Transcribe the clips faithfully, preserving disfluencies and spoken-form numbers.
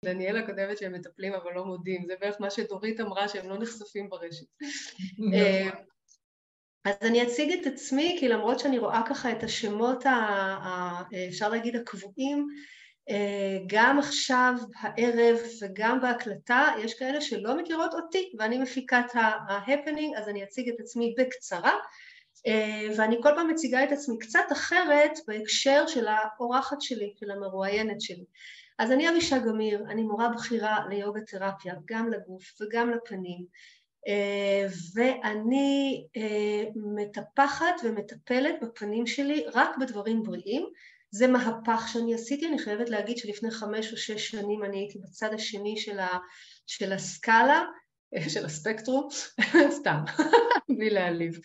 דניאלה כותבת שהם מטפלים אבל לא מודים, זה בערך מה שדורית אמרה שהם לא נחשפים ברשת. אז אני אציג את עצמי, כי למרות שאני רואה ככה את השמות, אפשר להגיד הקבועים, גם עכשיו, הערב וגם בהקלטה, יש כאלה שלא מכירות אותי, ואני מפיקת ההפנינג, אז אני אציג את עצמי בקצרה, ואני כל פעם מציגה את עצמי קצת אחרת בהקשר של האורחת שלי, של המרואיינת שלי. אז אני אבישג אמיר, אני מורה בכירה ליוגה תרפיה, גם לגוף וגם לפנים, ואני מטפחת ומטפלת בפנים שלי רק בדברים בריאים. זה מהפך שאני עשיתי, אני חייבת להגיד שלפני חמש או שש שנים אני הייתי בצד השני של, ה, של הסקאלה, של הספקטרום, סתם, בלי להעליב.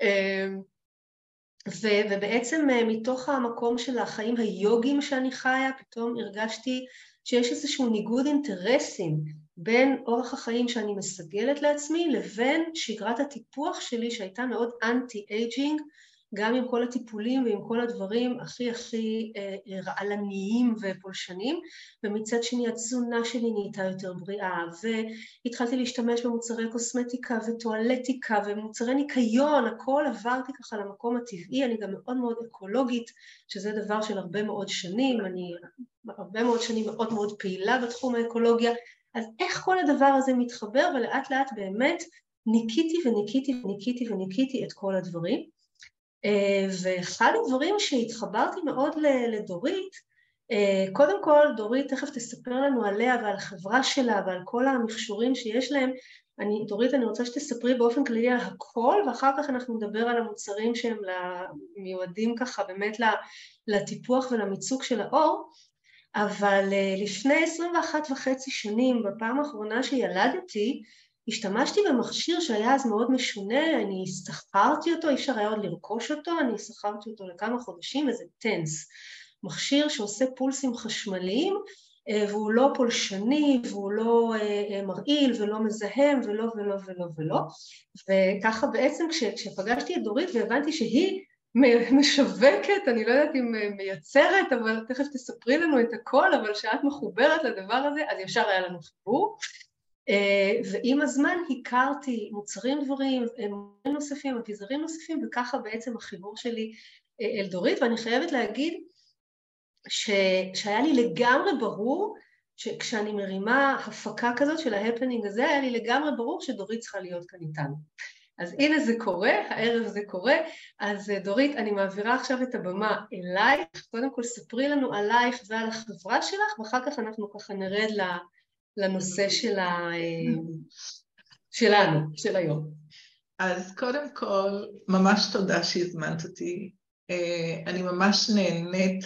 ו- ובעצם מתוך המקום של החיים היוגיים שאני חיה, פתאום הרגשתי שיש איזשהו ניגוד אינטרסים בין אורח החיים שאני מסגלת לעצמי לבין שגרת הטיפוח שלי שהייתה מאוד אנטי-אייג'ינג, גם עם כל הטיפולים ועם כל הדברים הכי הכי אה, רעלניים ופולשנים, ומצד שני התזונה שלי נהייתה יותר בריאה, והתחלתי להשתמש במוצרי קוסמטיקה וטואלטיקה ומוצרי ניקיון, הכל עברתי ככה למקום הטבעי, אני גם מאוד מאוד אקולוגית, שזה דבר של הרבה מאוד שנים, אני הרבה מאוד שנים מאוד מאוד פעילה בתחום האקולוגיה, אז איך כל הדבר הזה מתחבר, ולאט לאט באמת ניקיתי וניקיתי וניקיתי וניקיתי את כל הדברים, ואחד הדברים שהתחברתי מאוד לדורית, קודם כל דורית תכף תספר לנו עליה ועל החברה שלה ועל כל המכשורים שיש להם. אני, דורית, אני רוצה שתספרי באופן כללי על הכל, ואחר כך אנחנו נדבר על המוצרים שהם מיועדים ככה באמת לטיפוח ולמיצוק של האור. אבל לפני עשרים ואחת וחצי שנים, בפעם האחרונה שילדתי, השתמשתי במכשיר שהיה אז מאוד משונה, אני שכרתי אותו, אי אפשר היה עוד לרכוש אותו, אני שכרתי אותו לכמה חודשים, איזה טנס, מכשיר שעושה פולסים חשמליים, והוא לא פולשני, והוא לא מרעיל, ולא מזהם, ולא ולא ולא ולא, וככה בעצם כש, כשפגשתי את דורית והבנתי שהיא משווקת, אני לא יודעת אם מייצרת, אבל תכף תספרי לנו את הכל, אבל שאת מחוברת לדבר הזה, אז ישר היה לנו חיבור. ועם הזמן הכרתי מוצרים דברים, מוצרים נוספים, אביזרים נוספים, וככה בעצם החיבור שלי אל דורית, ואני חייבת להגיד ש... שהיה לי לגמרי ברור, שכשאני מרימה הפקה כזאת של ההפנינג הזה, היה לי לגמרי ברור שדורית צריכה להיות כאן איתנו. אז הנה זה קורה, הערב זה קורה, אז דורית, אני מעבירה עכשיו את הבמה אלייך, קודם כל ספרי לנו עלייך ועל החברה שלך, ואחר כך אנחנו ככה נרד ל... לנושא של ה... שלנו, של היום. אז קודם כל, ממש תודה שהזמנת אותי. אני ממש נהנית.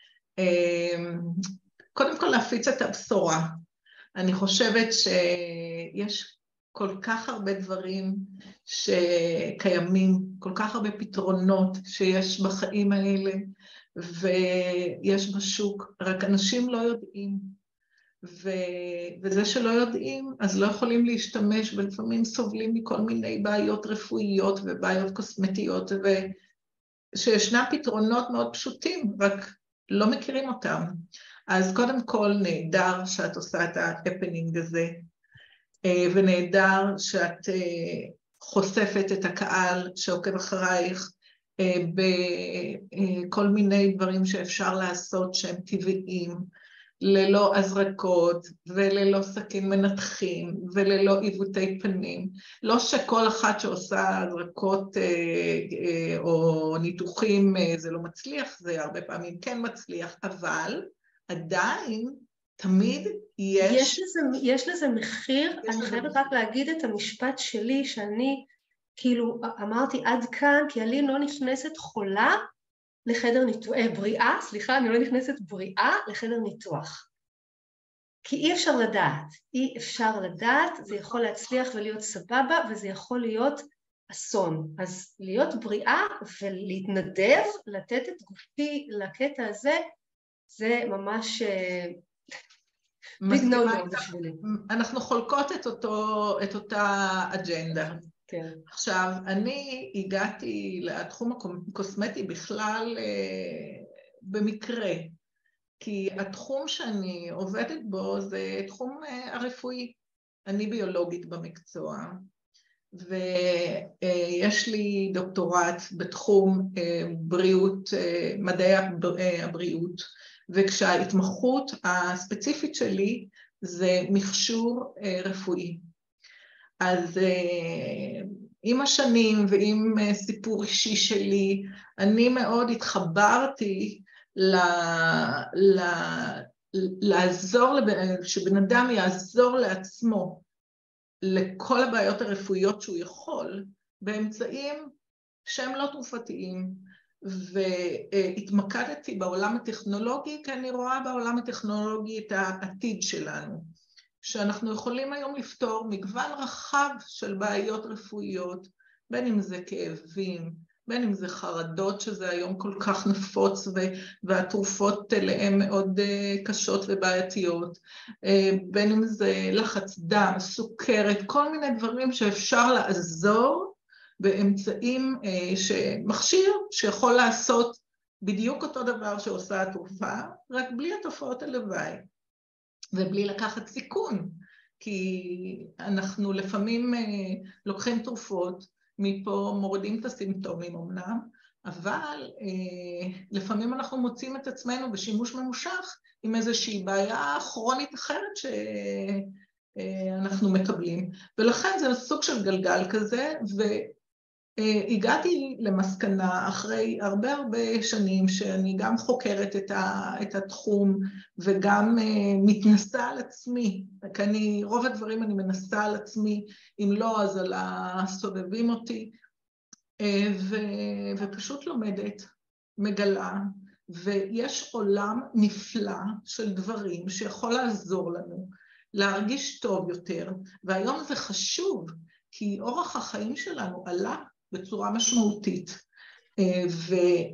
קודם כל להפיץ את הבשורה. אני חושבת שיש כל כך הרבה דברים שקיימים, כל כך הרבה פתרונות שיש בחיים האלה, ויש בשוק, רק אנשים לא יודעים. ו... וזה שלא יודעים, אז לא יכולים להשתמש, ולפעמים סובלים מכל מיני בעיות רפואיות ובעיות קוסמטיות, ושישנם פתרונות מאוד פשוטים, רק לא מכירים אותם. אז קודם כל נהדר שאת עושה את ההפנינג הזה, ונהדר שאת חושפת את הקהל שעוקב אחרייך, בכל מיני דברים שאפשר לעשות שהם טבעיים, ללא הזרקות וללא סכין מנתחים וללא עיוותי פנים. לא שכל אחת שעושה הזרקות או ניתוחים זה לא מצליח, זה הרבה פעמים כן מצליח, אבל עדיין תמיד יש... יש לזה, יש לזה מחיר, יש אני לזה חייבת מחיר. רק להגיד את המשפט שלי, שאני כאילו אמרתי עד כאן, כי אני לא נכנסת חולה, לחדר ניתוח, אה, בריאה, סליחה, אני לא נכנסת בריאה לחדר ניתוח. כי אי אפשר לדעת, אי אפשר לדעת, זה יכול להצליח ולהיות סבבה, וזה יכול להיות אסון. אז להיות בריאה ולהתנדב, לתת את גופי לקטע הזה, זה ממש ביג נו נו בשבילי. אנחנו חולקות את, אותו, את אותה אג'נדה. כן. עכשיו, אני הגעתי לתחום הקוסמטי בכלל אה, במקרה. כי התחום שאני עובדת בו זה תחום הרפואי. אני ביולוגית במקצוע, ויש לי דוקטורט בתחום בריאות, מדעי הבריאות, וכשההתמחות הספציפית שלי זה מכשור רפואי. אז עם השנים ועם סיפור אישי שלי, אני מאוד התחברתי ל... ל... לעזור, לבן... שבן אדם יעזור לעצמו לכל הבעיות הרפואיות שהוא יכול, באמצעים שהם לא תרופתיים, והתמקדתי בעולם הטכנולוגי, כי אני רואה בעולם הטכנולוגי את העתיד שלנו, שאנחנו יכולים היום לפתור מגוון רחב של בעיות רפואיות, בין אם זה כאבים, בין אם זה חרדות, שזה היום כל כך נפוץ, והתרופות אליהן מאוד קשות ובעייתיות, בין אם זה לחץ דם, סוכרת, כל מיני דברים שאפשר לעזור באמצעים שמכשיר שיכול לעשות בדיוק אותו דבר שעושה התרופה, רק בלי התופעות הלוואי, ובלי לקחת סיכון, כי אנחנו לפעמים לוקחים תרופות, מפה מורידים את הסימפטומים אמנם, אבל אה, לפעמים אנחנו מוצאים את עצמנו בשימוש ממושך עם איזושהי בעיה כרונית אחרת שאנחנו מקבלים. ולכן זה סוג של גלגל כזה, והגעתי למסקנה אחרי הרבה הרבה שנים שאני גם חוקרת את, ה, את התחום וגם אה, מתנסה על עצמי, כי אני, רוב הדברים אני מנסה על עצמי, אם לא אז על הסובבים אותי, ו, ופשוט לומדת, מגלה, ויש עולם נפלא של דברים שיכול לעזור לנו, להרגיש טוב יותר, והיום זה חשוב, כי אורח החיים שלנו עלה בצורה משמעותית, ו,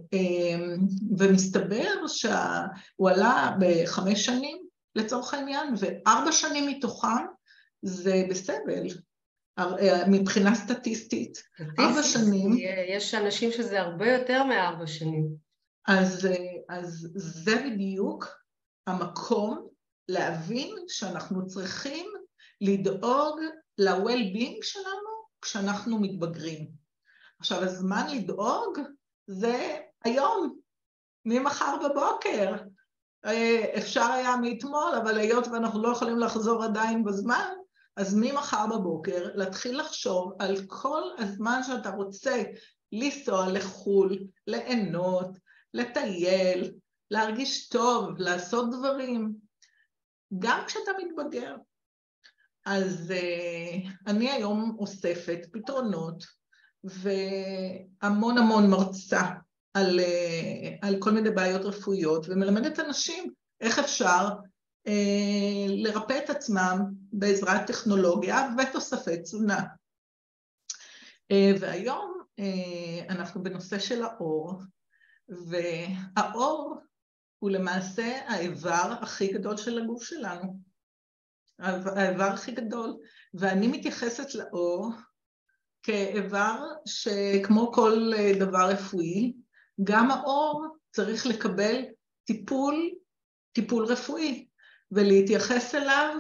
ומסתבר שהוא עלה בחמש שנים לצורך העניין, וארבע שנים מתוכם זה בסבל, מבחינה סטטיסטית. ארבע שנים. יש אנשים שזה הרבה יותר מארבע שנים. אז, אז זה בדיוק המקום להבין שאנחנו צריכים לדאוג ל-well-being שלנו כשאנחנו מתבגרים. עכשיו, הזמן לדאוג זה היום, ממחר בבוקר. אפשר היה מאתמול, אבל היות ואנחנו לא יכולים לחזור עדיין בזמן, אז ממחר בבוקר להתחיל לחשוב על כל הזמן שאתה רוצה לנסוע לחול, ליהנות, לטייל, להרגיש טוב, לעשות דברים, גם כשאתה מתבגר. אז uh, אני היום אוספת פתרונות, והמון המון מרצה על, uh, על כל מיני בעיות רפואיות, ומלמדת אנשים איך אפשר uh, לרפא את עצמם בעזרת טכנולוגיה ותוספי תזונה. Uh, והיום uh, אנחנו בנושא של האור, והאור הוא למעשה האיבר הכי גדול של הגוף שלנו. האיבר הכי גדול, ואני מתייחסת לאור כאיבר שכמו כל דבר רפואי, גם האור צריך לקבל טיפול, טיפול רפואי, ולהתייחס אליו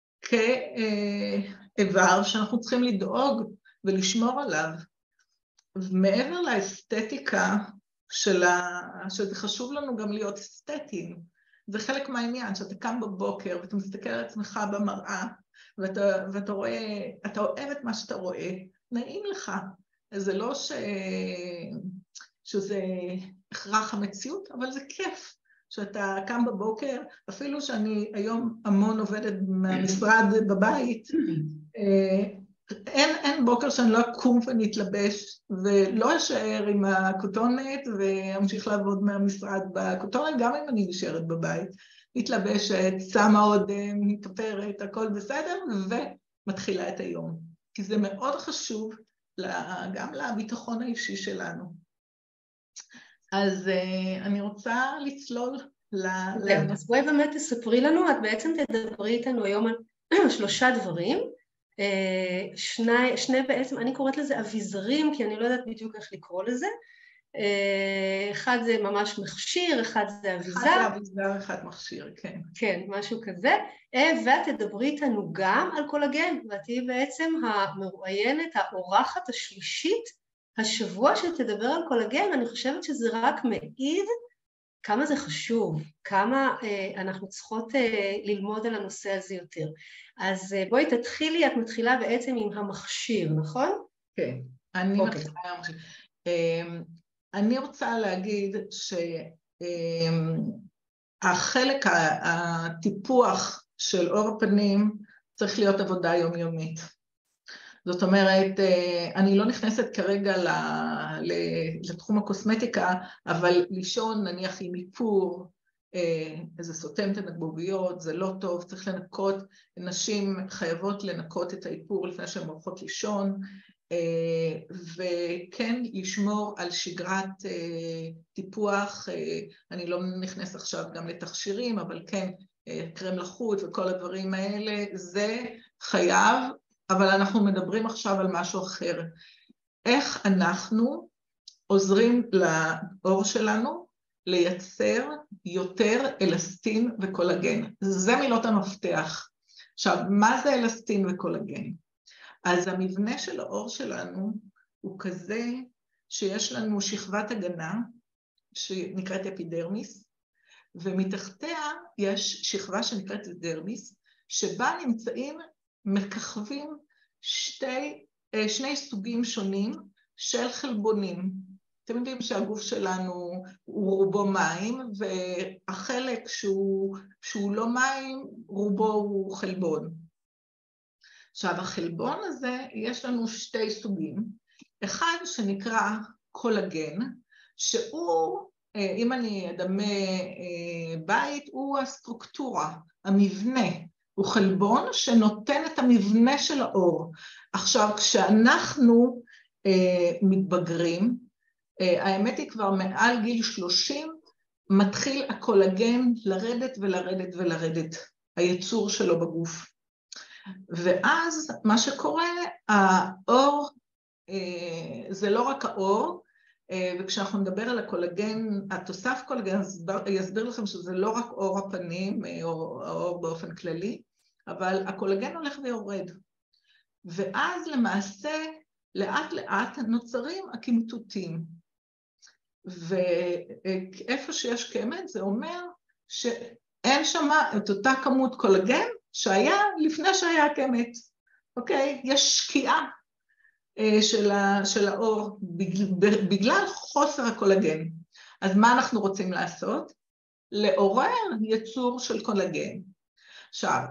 כאיבר שאנחנו צריכים לדאוג ולשמור עליו. מעבר לאסתטיקה שלה, שזה חשוב לנו גם להיות אסתטיים, זה חלק מהעניין, שאתה קם בבוקר ואתה מסתכל על עצמך במראה, ואתה, ואתה רואה, אתה אוהב את מה שאתה רואה, נעים לך. זה לא ש... שזה הכרח המציאות, אבל זה כיף שאתה קם בבוקר, אפילו שאני היום המון עובדת מהמשרד בבית, אין, אין בוקר שאני לא אקום ונתלבש, ולא אשאר עם הכותונת, ואמשיך לעבוד מהמשרד בכותונת, גם אם אני נשארת בבית. מתלבשת, שמה עוד, מתאפרת, הכל בסדר, ומתחילה את היום. כי זה מאוד חשוב גם לביטחון האישי שלנו. אז אני רוצה לצלול ל... אז בואי באמת תספרי לנו, את בעצם תדברי איתנו היום על שלושה דברים, שני, שני בעצם, אני קוראת לזה אביזרים, כי אני לא יודעת בדיוק איך לקרוא לזה, אחד זה ממש מכשיר, אחד זה אביזר. אחד זה אביזר, אחד מכשיר, כן. כן, משהו כזה. ואת תדברי איתנו גם על קולגן, ואת תהיי בעצם המרואיינת, האורחת השלישית, השבוע שתדבר על קולגן. אני חושבת שזה רק מעיד כמה זה חשוב, כמה אה, אנחנו צריכות אה, ללמוד על הנושא הזה יותר. אז אה, בואי תתחילי, את מתחילה בעצם עם המכשיר, נכון? כן, אני okay. מתחילה עם המכשיר. Um, אני רוצה להגיד שהחלק, um, הטיפוח של אור הפנים צריך להיות עבודה יומיומית. זאת אומרת, אני לא נכנסת כרגע לתחום הקוסמטיקה, אבל לישון נניח עם איפור, איזה סותם תנקבוביות, זה לא טוב, צריך לנקות, נשים חייבות לנקות את האיפור לפני שהן הולכות לישון, וכן לשמור על שגרת טיפוח, אני לא נכנס עכשיו גם לתכשירים, אבל כן, קרם לחוט וכל הדברים האלה, זה חייב, אבל אנחנו מדברים עכשיו על משהו אחר. איך אנחנו עוזרים לאור שלנו לייצר יותר אלסטין וקולגן? זה מילות המפתח. עכשיו, מה זה אלסטין וקולגן? אז המבנה של האור שלנו הוא כזה שיש לנו שכבת הגנה, שנקראת אפידרמיס, ומתחתיה יש שכבה שנקראת דרמיס, שבה נמצאים מככבים שתי, שני סוגים שונים של חלבונים. אתם יודעים שהגוף שלנו הוא רובו מים, והחלק שהוא, שהוא לא מים, רובו הוא חלבון. עכשיו, החלבון הזה, יש לנו שתי סוגים. אחד שנקרא קולגן, שהוא, אם אני אדמה בית, הוא הסטרוקטורה, המבנה. הוא חלבון שנותן את המבנה של האור. עכשיו, כשאנחנו אה, מתבגרים, אה, האמת היא כבר מעל גיל שלושים, מתחיל הקולגן לרדת ולרדת ולרדת, הייצור שלו בגוף. ואז מה שקורה, האור, אה, זה לא רק האור, אה, וכשאנחנו נדבר על הקולגן, התוסף קולגן, יסביר לכם שזה לא רק אור הפנים, או האור באופן כללי, אבל הקולגן הולך ויורד. ואז למעשה, לאט לאט נוצרים הקמטוטים. ואיפה שיש קמת, זה אומר שאין שם את אותה כמות קולגן שהיה לפני שהיה קמת. אוקיי? יש שקיעה של, ה, של האור בגלל, בגלל חוסר הקולגן. אז מה אנחנו רוצים לעשות? לעורר יצור של קולגן. עכשיו,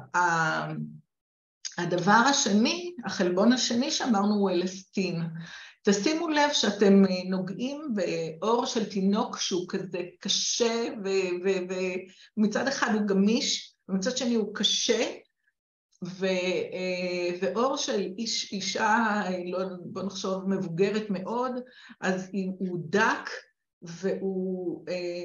הדבר השני, החלבון השני שאמרנו הוא אלסטין. תשימו לב שאתם נוגעים באור של תינוק שהוא כזה קשה, ומצד אחד הוא גמיש, ומצד שני הוא קשה, ואור של איש, אישה, בוא נחשוב, מבוגרת מאוד, אז הוא דק, והוא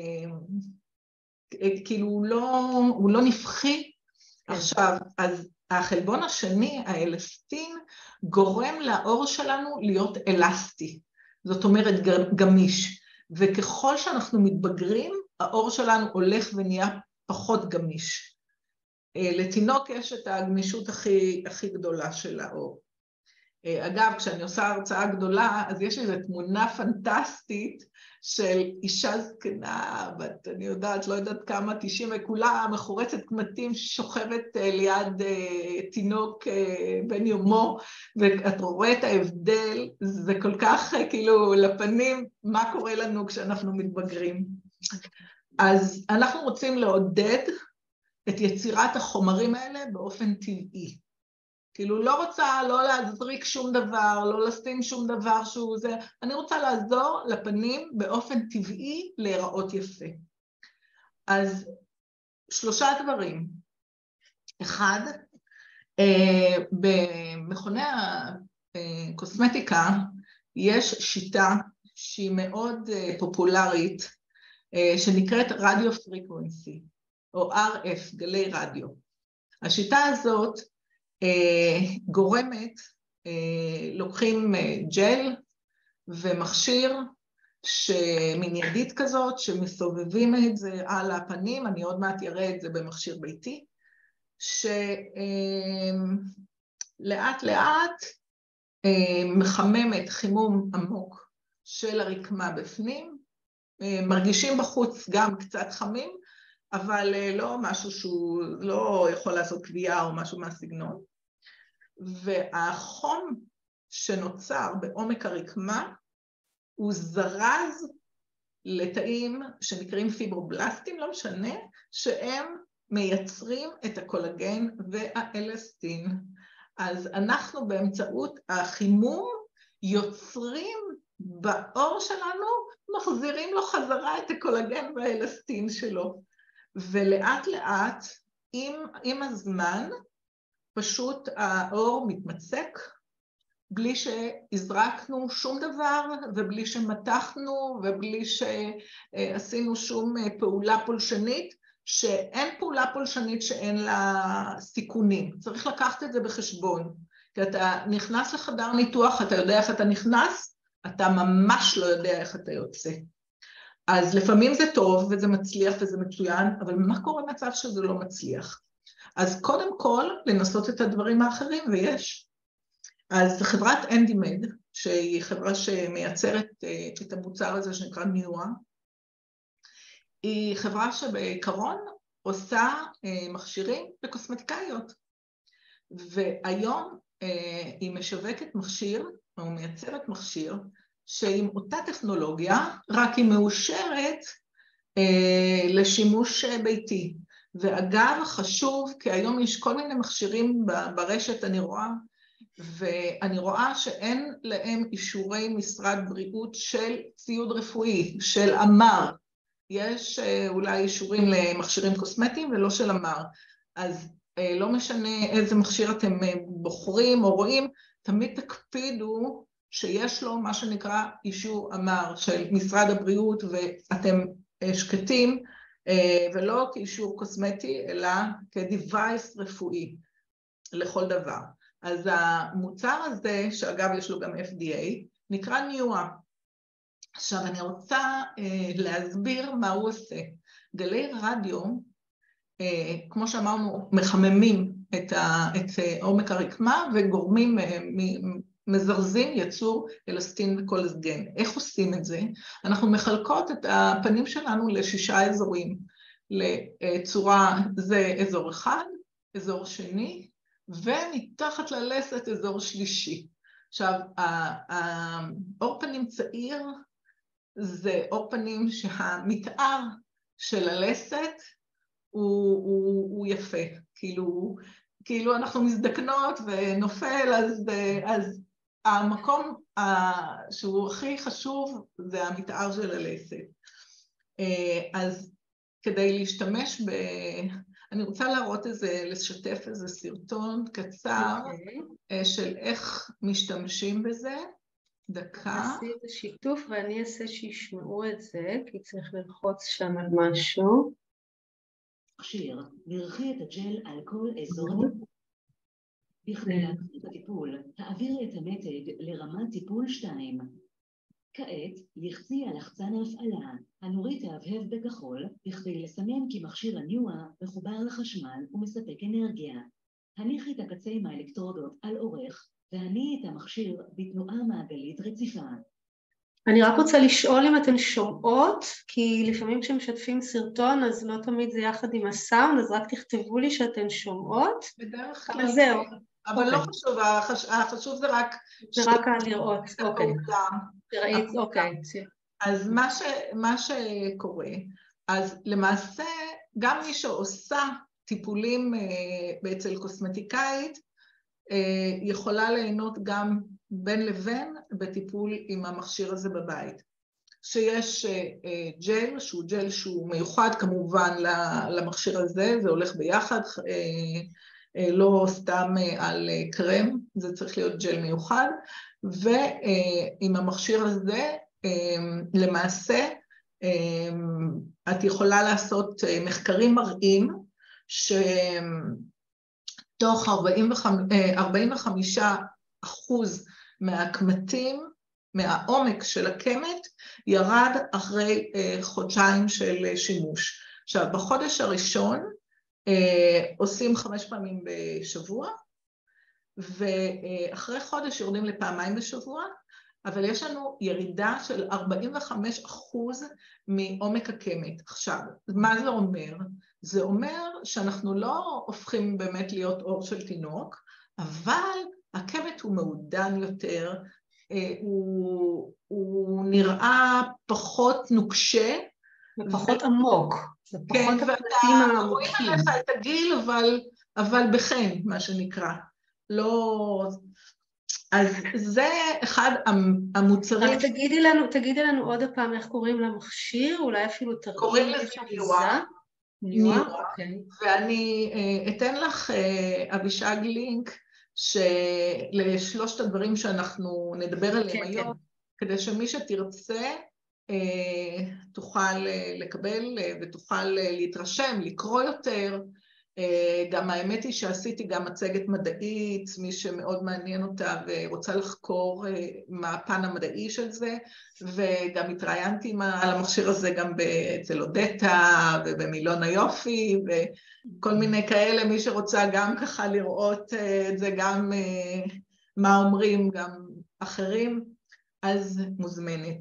כאילו הוא לא, הוא לא נפחי. עכשיו, אז החלבון השני, האלסטין, גורם לאור שלנו להיות אלסטי, זאת אומרת גמיש, וככל שאנחנו מתבגרים, האור שלנו הולך ונהיה פחות גמיש. לתינוק יש את הגמישות הכי, הכי גדולה של האור. אגב, כשאני עושה הרצאה גדולה, אז יש איזו תמונה פנטסטית של אישה זקנה, בת, אני יודעת, לא יודעת כמה, תשעים וכולה, מחורצת קמטים, שוכבת ליד תינוק בן יומו, ואת רואה את ההבדל, זה כל כך כאילו לפנים, מה קורה לנו כשאנחנו מתבגרים. אז אנחנו רוצים לעודד את יצירת החומרים האלה באופן טבעי. כאילו לא רוצה לא להזריק שום דבר, לא לשים שום דבר שהוא זה, אני רוצה לעזור לפנים באופן טבעי להיראות יפה. אז שלושה דברים. אחד, במכוני הקוסמטיקה יש שיטה שהיא מאוד פופולרית, שנקראת רדיו פריקוונסי, או אר אף, גלי רדיו. השיטה הזאת, גורמת, לוקחים ג'ל ומכשיר שמין ידית כזאת, שמסובבים את זה על הפנים, אני עוד מעט אראה את זה במכשיר ביתי, שלאט לאט מחממת חימום עמוק של הרקמה בפנים, מרגישים בחוץ גם קצת חמים, אבל לא משהו שהוא לא יכול לעשות קביעה או משהו מהסגנון. והחום שנוצר בעומק הרקמה הוא זרז לתאים שנקראים פיברובלסטים, לא משנה, שהם מייצרים את הקולגן והאלסטין. אז אנחנו באמצעות החימום יוצרים בעור שלנו, מחזירים לו חזרה את הקולגן והאלסטין שלו. ולאט לאט, עם, עם הזמן, פשוט העור מתמצק, בלי שהזרקנו שום דבר, ובלי שמתחנו, ובלי שעשינו שום פעולה פולשנית, שאין פעולה פולשנית שאין לה סיכונים. צריך לקחת את זה בחשבון. כי אתה נכנס לחדר ניתוח, אתה יודע איך אתה נכנס, אתה ממש לא יודע איך אתה יוצא. אז לפעמים זה טוב וזה מצליח וזה מצוין, אבל מה קורה במצב שזה לא מצליח? אז קודם כל, לנסות את הדברים האחרים, ויש. אז חברת אנדימד, שהיא חברה שמייצרת את המוצר הזה שנקרא ניואה, היא חברה שבעיקרון עושה מכשירים לקוסמטיקאיות. והיום היא משווקת מכשיר, או מייצרת מכשיר, שעם אותה טכנולוגיה, רק היא מאושרת לשימוש ביתי. ואגב, חשוב, כי היום יש כל מיני מכשירים ברשת, אני רואה, ואני רואה שאין להם אישורי משרד בריאות של ציוד רפואי, של אמר. יש אולי אישורים למכשירים קוסמטיים ולא של אמר. אז לא משנה איזה מכשיר אתם בוחרים או רואים, תמיד תקפידו שיש לו מה שנקרא אישור אמר של משרד הבריאות, ואתם שקטים, ולא כאישור קוסמטי, אלא כדיווייס רפואי לכל דבר. אז המוצר הזה, שאגב יש לו גם אף די איי, נקרא ניואה. עכשיו אני רוצה להסביר מה הוא עושה. גלי רדיו, כמו שאמרנו, מחממים את, ה, את עומק הרקמה וגורמים, מזרזים יצור אלסטין וקולגן. איך עושים את זה? אנחנו מחלקות את הפנים שלנו לשישה אזורים. לצורה, זה אזור אחד, אזור שני, ומתחת ללסת אזור שלישי. עכשיו, האור פנים צעיר זה אור פנים שהמתאר של הלסת הוא, הוא, הוא יפה. כאילו, כאילו אנחנו מזדקנות ונופל, אז, אז המקום שהוא הכי חשוב זה המתאר של הלסת. אז כדי להשתמש ב... אני רוצה להראות איזה, לשתף איזה סרטון קצר okay. של איך משתמשים בזה. דקה. תעשי את השיתוף ואני אעשה שישמעו את זה, כי צריך ללחוץ שם על משהו. מכשיר, נרחי את הג'ל על כל אזור. בכדי להתחיל בטיפול, תעביר את המתג לרמת טיפול שתיים. כעת, לחצי על לחצן ההפעלה. הנורית תהבהב בכחול, בכדי לסמן כי מכשיר הניואה מחובר לחשמל ומספק אנרגיה. הניחי את הקצה עם האלקטרודות על אורך, והניעי את המכשיר בתנועה מעגלית רציפה. אני רק רוצה לשאול אם אתן שומעות, כי לפעמים כשמשתפים סרטון אז לא תמיד זה יחד עם הסאונד, אז רק תכתבו לי שאתן שומעות. בדרך כלל. זהו. אבל לא חשוב, החשוב זה רק... זה רק לראות, אוקיי. תראית, אוקיי. אז מה שקורה, אז למעשה גם מי שעושה טיפולים אצל קוסמטיקאית, יכולה ליהנות גם בין לבין בטיפול עם המכשיר הזה בבית. שיש ג'ל, שהוא ג'ל שהוא מיוחד כמובן למכשיר הזה, זה הולך ביחד, לא סתם על קרם, זה צריך להיות ג'ל מיוחד, ועם המכשיר הזה למעשה את יכולה לעשות מחקרים מראים שתוך ארבעים וחמישה אחוז מהקמטים מהעומק של הקמת, ירד אחרי אה, חודשיים של שימוש. עכשיו, בחודש הראשון אה, עושים חמש פעמים בשבוע, ואחרי חודש יורדים לפעמיים בשבוע, אבל יש לנו ירידה של ארבעים וחמישה אחוז מעומק הקמת. עכשיו, מה זה אומר? זה אומר שאנחנו לא הופכים באמת להיות אור של תינוק, אבל הקמת הוא מעודן יותר, הוא, הוא נראה פחות נוקשה, ופחות ו... עמוק, כן, ואתה רואים עליך את הגיל, אבל, אבל בחן, מה שנקרא. לא... אז זה אחד המוצרים... רק תגידי לנו, תגידי לנו עוד הפעם איך קוראים למכשיר, אולי אפילו תראי... קוראים לזה ניואה. ניואה, אוקיי. ואני אתן לך, אבישג, לינק לשלושת הדברים שאנחנו נדבר עליהם כן, היום, כן. כדי שמי שתרצה תוכל לקבל ותוכל להתרשם, לקרוא יותר. גם האמת היא שעשיתי גם מצגת מדעית, מי שמאוד מעניין אותה ורוצה לחקור מה הפן המדעי של זה, וגם התראיינתי על המכשיר הזה גם אצל אודטה ובמילון היופי, וכל מיני כאלה, מי שרוצה גם ככה לראות את זה, גם מה אומרים גם אחרים, אז מוזמנת.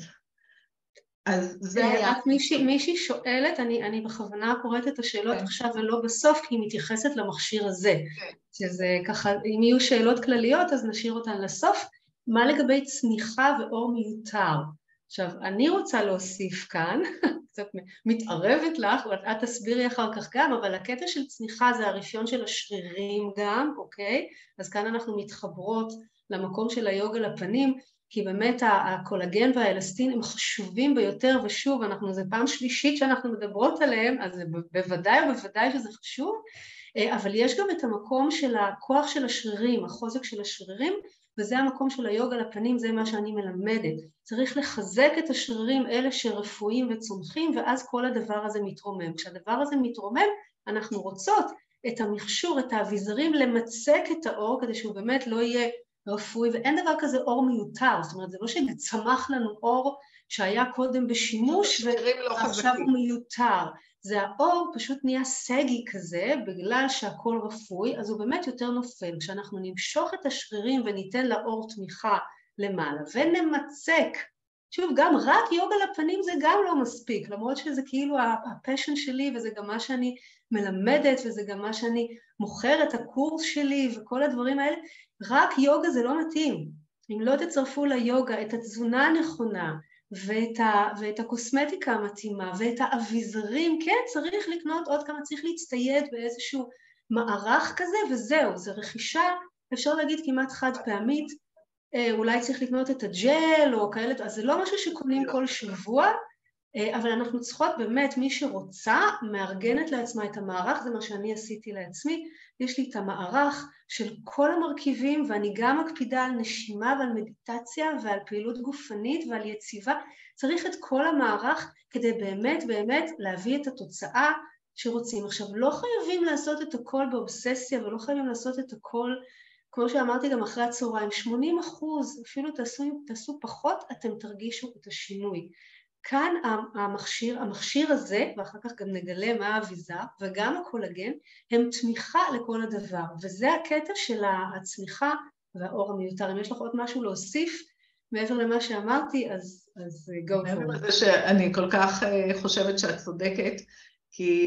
אז זה היה... רק מישהי, מישהי שואלת, אני, אני בכוונה קוראת את השאלות כן. עכשיו ולא בסוף, כי היא מתייחסת למכשיר הזה. כן. שזה ככה, אם יהיו שאלות כלליות, אז נשאיר אותן לסוף. מה לגבי צניחה ואור מיותר? עכשיו, אני רוצה להוסיף כאן, קצת מתערבת לך, ואת תסבירי אחר כך גם, אבל הקטע של צניחה זה הרפיון של השרירים גם, אוקיי? אז כאן אנחנו מתחברות למקום של היוגה לפנים, כי באמת הקולגן והאלסטין הם חשובים ביותר, ושוב, אנחנו, זה פעם שלישית שאנחנו מדברות עליהם, אז בוודאי ובוודאי שזה חשוב, אבל יש גם את המקום של הכוח של השרירים, החוזק של השרירים, וזה המקום של היוגה לפנים, זה מה שאני מלמדת. צריך לחזק את השרירים, אלה שרפואיים וצומחים, ואז כל הדבר הזה מתרומם. כשהדבר הזה מתרומם, אנחנו רוצות את המכשור, את האביזרים, למצק את האור, כדי שהוא באמת לא יהיה רפואי, ואין דבר כזה אור מיותר, זאת אומרת, זה לא שצמח לנו אור שהיה קודם בשימוש, ועכשיו הוא מיותר. זה האור פשוט נהיה סגי כזה, בגלל שהכל רפואי, אז הוא באמת יותר נופל. כשאנחנו נמשוך את השרירים וניתן לאור תמיכה למעלה, ונמצק, שוב, גם רק יוגה לפנים זה גם לא מספיק, למרות שזה כאילו הפשן שלי, וזה גם מה שאני מלמדת, וזה גם מה שאני מוכרת, הקורס שלי, וכל הדברים האלה, רק יוגה זה לא מתאים. אם לא תצרפו ליוגה את התזונה הנכונה, ואת, ה, ואת הקוסמטיקה המתאימה, ואת האביזרים, כן, צריך לקנות עוד כמה, צריך להצטייד באיזשהו מערך כזה, וזהו, זה רכישה, אפשר להגיד כמעט חד פעמית, אולי צריך לקנות את הג'ל או כאלה, אז זה לא משהו שקונים כל שבוע, אבל אנחנו צריכות באמת, מי שרוצה, מארגנת לעצמה את המערך, זה מה שאני עשיתי לעצמי, יש לי את המערך של כל המרכיבים, ואני גם מקפידה על נשימה ועל מדיטציה ועל פעילות גופנית ועל יציבה, צריך את כל המערך כדי באמת באמת להביא את התוצאה שרוצים. עכשיו, לא חייבים לעשות את הכל באובססיה, ולא חייבים לעשות את הכל, כמו שאמרתי גם אחרי הצהריים, שמונים אחוז, אפילו תעשו, תעשו פחות, אתם תרגישו את השינוי. כאן המכשיר, המכשיר הזה, ואחר כך גם נגלה מה האביזר, וגם הקולגן, הם תמיכה לכל הדבר, וזה הקטע של הצמיחה והאור המיותר. אם יש לך עוד משהו להוסיף, מעבר למה שאמרתי, אז, אז go for it. מעבר לזה שאני כל כך חושבת שאת צודקת, כי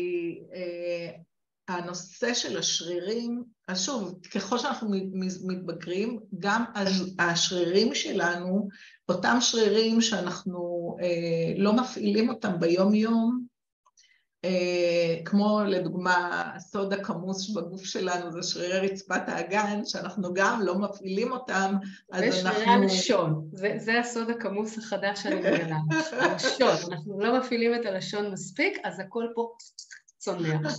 הנושא של השרירים, אז שוב, ככל שאנחנו מתבגרים, גם השרירים שלנו, אותם שרירים שאנחנו אה, לא מפעילים אותם ביום-יום, אה, כמו לדוגמה הסוד הכמוס בגוף שלנו, זה שרירי רצפת האגן, שאנחנו גם לא מפעילים אותם, אז אנחנו... ושרירי הלשון, זה, זה הסוד הכמוס החדש שאני מגלה, הלשון, אנחנו לא מפעילים את הלשון מספיק, אז הכל פה צונח.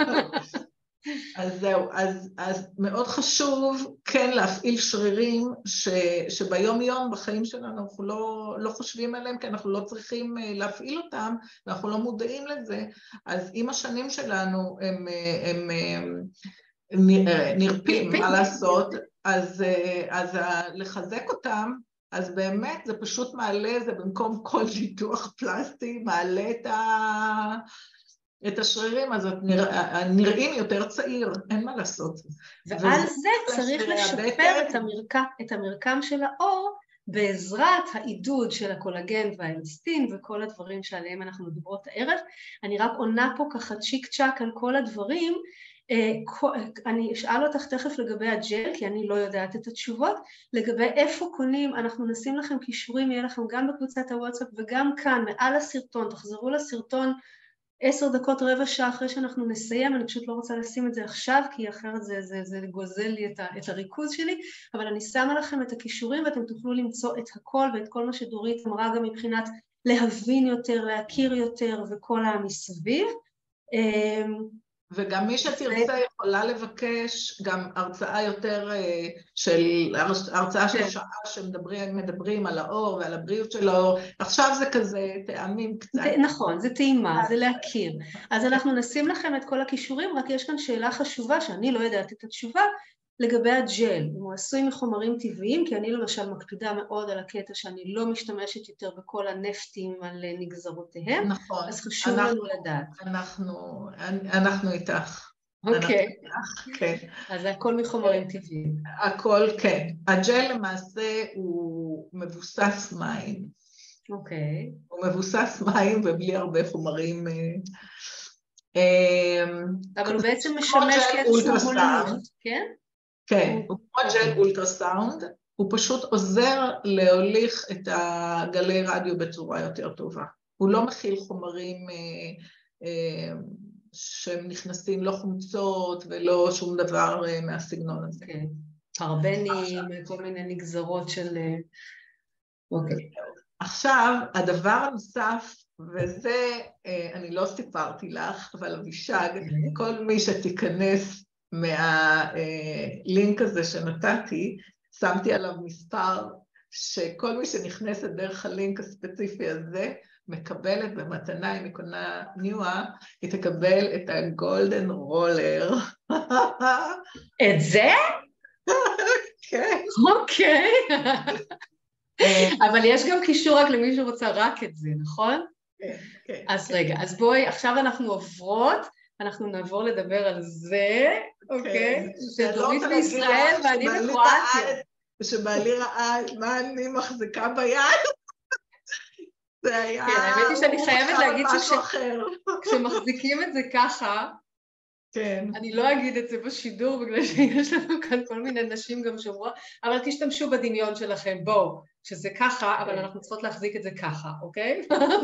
אז זהו, אז, אז מאוד חשוב כן להפעיל שרירים ש, שביום יום בחיים שלנו אנחנו לא, לא חושבים עליהם, כי אנחנו לא צריכים להפעיל אותם, ואנחנו לא מודעים לזה, אז עם השנים שלנו הם, הם, הם, הם נרפים, מה לעשות, אז, אז לחזק אותם אז באמת זה פשוט מעלה, זה במקום כל ניתוח פלסטי, מעלה את, ה... את השרירים, אז נרא... נראים יותר צעיר, אין מה לעשות. ועל זה צריך לשפר את המרקם, את המרקם של האור, בעזרת העידוד של הקולגן והאלסטין וכל הדברים שעליהם אנחנו מדברות הערב. אני רק עונה פה ככה צ'יק צ'ק על כל הדברים, אני אשאל אותך תכף לגבי הג'ל, כי אני לא יודעת את התשובות, לגבי איפה קונים, אנחנו נשים לכם קישורים, יהיה לכם גם בקבוצת הוואטסאפ וגם כאן, מעל הסרטון, תחזרו לסרטון עשר דקות, רבע שעה אחרי שאנחנו נסיים, אני פשוט לא רוצה לשים את זה עכשיו, כי אחרת זה, זה, זה גוזל לי את, ה, את הריכוז שלי, אבל אני שמה לכם את הקישורים, ואתם תוכלו למצוא את הכל, ואת כל מה שדורית אמרה גם מבחינת להבין יותר, להכיר יותר, וכל המסביב. וגם מי שתרצה יכולה לבקש גם הרצאה יותר של, הרצאה של שעה שמדברים על האור ועל הבריאות של האור, עכשיו זה כזה טעמים קצת. נכון, זה טעימה, זה להכיר. אז אנחנו נשים לכם את כל הכישורים, רק יש כאן שאלה חשובה שאני לא יודעת את התשובה, לגבי הג'ל, אם הוא עשוי מחומרים טבעיים, כי אני למשל מקפידה מאוד על הקטע שאני לא משתמשת יותר בכל הנפטים על נגזרותיהם, נכון. אז חשוב אנחנו, לנו לדעת. אנחנו, אנחנו איתך. אוקיי. אנחנו, כן. אז זה הכל מחומרים טבעיים. הכל, כן. הג'ל למעשה הוא מבוסס מים. אוקיי. הוא מבוסס מים ובלי הרבה חומרים. אבל הוא בעצם משמש כאיזשהו הוליך, כן? כן, הוא כמו ג'ל אולטרסאונד, הוא פשוט עוזר להוליך את הגלי רדיו בצורה יותר טובה. הוא לא מכיל חומרים אה, אה, שהם נכנסים, לא חומצות ולא שום דבר אה, מהסגנון הזה. כן, פרבנים, כל מיני נגזרות של... אוקיי. עכשיו, הדבר הנוסף, וזה, אה, אני לא סיפרתי לך, אבל אבישג, כל מי שתיכנס מהלינק הזה שנתתי, שמתי עליו מספר שכל מי שנכנסת דרך הלינק הספציפי הזה, מקבלת במתנה, אם היא קונה ניואה, היא תקבל את הגולדן רולר. את זה? כן. אוקיי. אבל יש גם קישור רק למי שרוצה רק את זה, נכון? כן, כן. אז רגע, אז בואי, עכשיו אנחנו עוברות, אנחנו נעבור לדבר על זה, אוקיי? שדורית בישראל ואני בקרואטיה. שבעלי ראה מה אני מחזיקה ביד, זה היה... כן, האמת היא שאני חייבת להגיד שכשמחזיקים את זה ככה, אני לא אגיד את זה בשידור, בגלל שיש לנו כאן כל מיני נשים גם שבוע, אבל תשתמשו בדמיון שלכם, בואו, שזה ככה, אבל אנחנו צריכות להחזיק את זה ככה, אוקיי?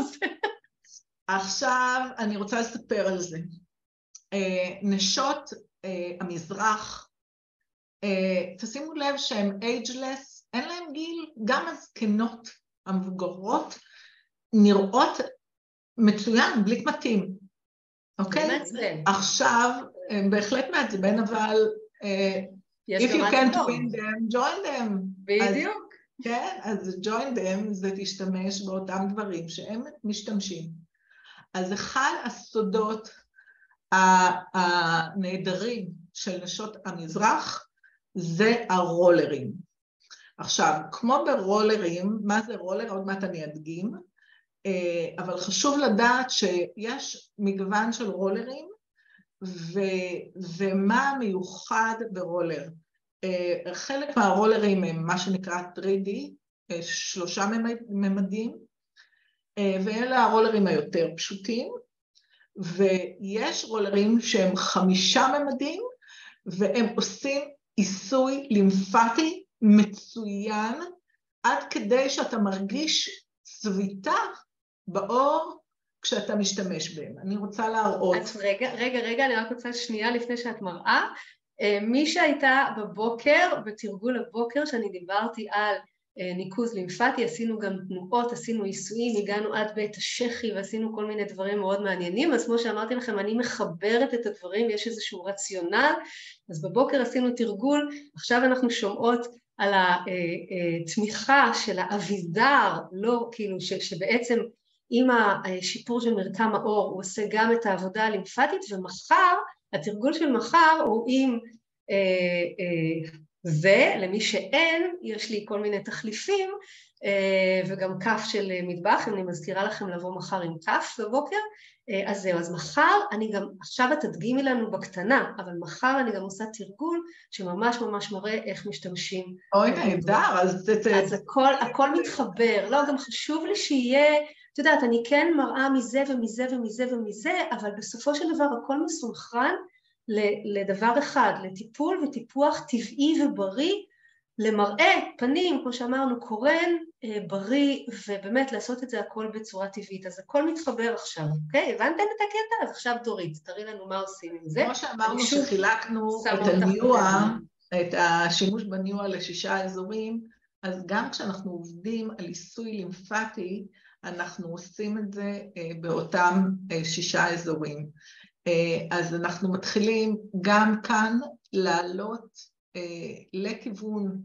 עכשיו אני רוצה לספר על זה. נשות המזרח, תשימו לב שהן ageless, אין להן גיל, גם הזקנות המבוגרות נראות מצוין, בלי קמטים, אוקיי? עכשיו, בהחלט מעצבן, אבל if you can't win them, join them. בדיוק. כן, אז join them זה תשתמש באותם דברים שהם משתמשים. אז אחד הסודות הנהדרים של נשות המזרח זה הרולרים. עכשיו, כמו ברולרים, מה זה רולר? עוד מעט אני אדגים, אבל חשוב לדעת שיש מגוון של רולרים, ו, ומה מיוחד ברולר. חלק מהרולרים הם מה שנקרא תרי די, שלושה ממדים, ואלה הרולרים היותר פשוטים, ויש רולרים שהם חמישה ממדים, והם עושים עיסוי לימפטי מצוין, עד כדי שאתה מרגיש צביטה באור כשאתה משתמש בהם. אני רוצה להראות. אז רגע, רגע, רגע, אני רק רוצה שנייה לפני שאת מראה. מי שהייתה בבוקר, בתרגול הבוקר, שאני דיברתי על ניקוז לימפטי, עשינו גם תנועות, עשינו עיסויים, הגענו עד בית השחי ועשינו כל מיני דברים מאוד מעניינים, אז כמו שאמרתי לכם, אני מחברת את הדברים, יש איזשהו רציונל, אז בבוקר עשינו תרגול, עכשיו אנחנו שומעות על התמיכה של האביזר, לא כאילו ש, שבעצם עם השיפור של מרקם האור, הוא עושה גם את העבודה הלימפטית, ומחר, התרגול של מחר הוא עם, אה, אה, ולמי שאין, יש לי כל מיני תחליפים, וגם כף של מטבח, אני מזכירה לכם לבוא מחר עם כף בבוקר, אז זהו, אז מחר אני גם, עכשיו את תדגימי לנו בקטנה, אבל מחר אני גם עושה תרגול שממש ממש מראה איך משתמשים. אוי, נהדר, אז... אז הכל, הכל מתחבר, לא, גם חשוב לי שיהיה, את יודעת, אני כן מראה מזה ומזה ומזה ומזה, אבל בסופו של דבר הכל מסונכרן לדבר אחד, לטיפול וטיפוח טבעי ובריא, למראה פנים, כמו שאמרנו, קורן, בריא, ובאמת לעשות את זה הכל בצורה טבעית. אז הכל מתחבר עכשיו, אוקיי? הבנתם את הקטע? אז עכשיו דורית, תראי לנו מה עושים עם זה. כמו שאמרנו שחילקנו את הניוע, את השימוש בניוע לשישה אזורים, אז גם כשאנחנו עובדים על עיסוי לימפטי, אנחנו עושים את זה באותם שישה אזורים. אז אנחנו מתחילים גם כאן לעלות לכיוון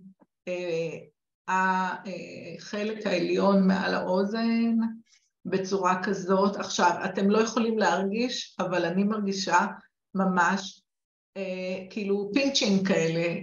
החלק העליון מעל האוזן, בצורה כזאת. עכשיו, אתם לא יכולים להרגיש, אבל אני מרגישה ממש כאילו פינצ'ים כאלה,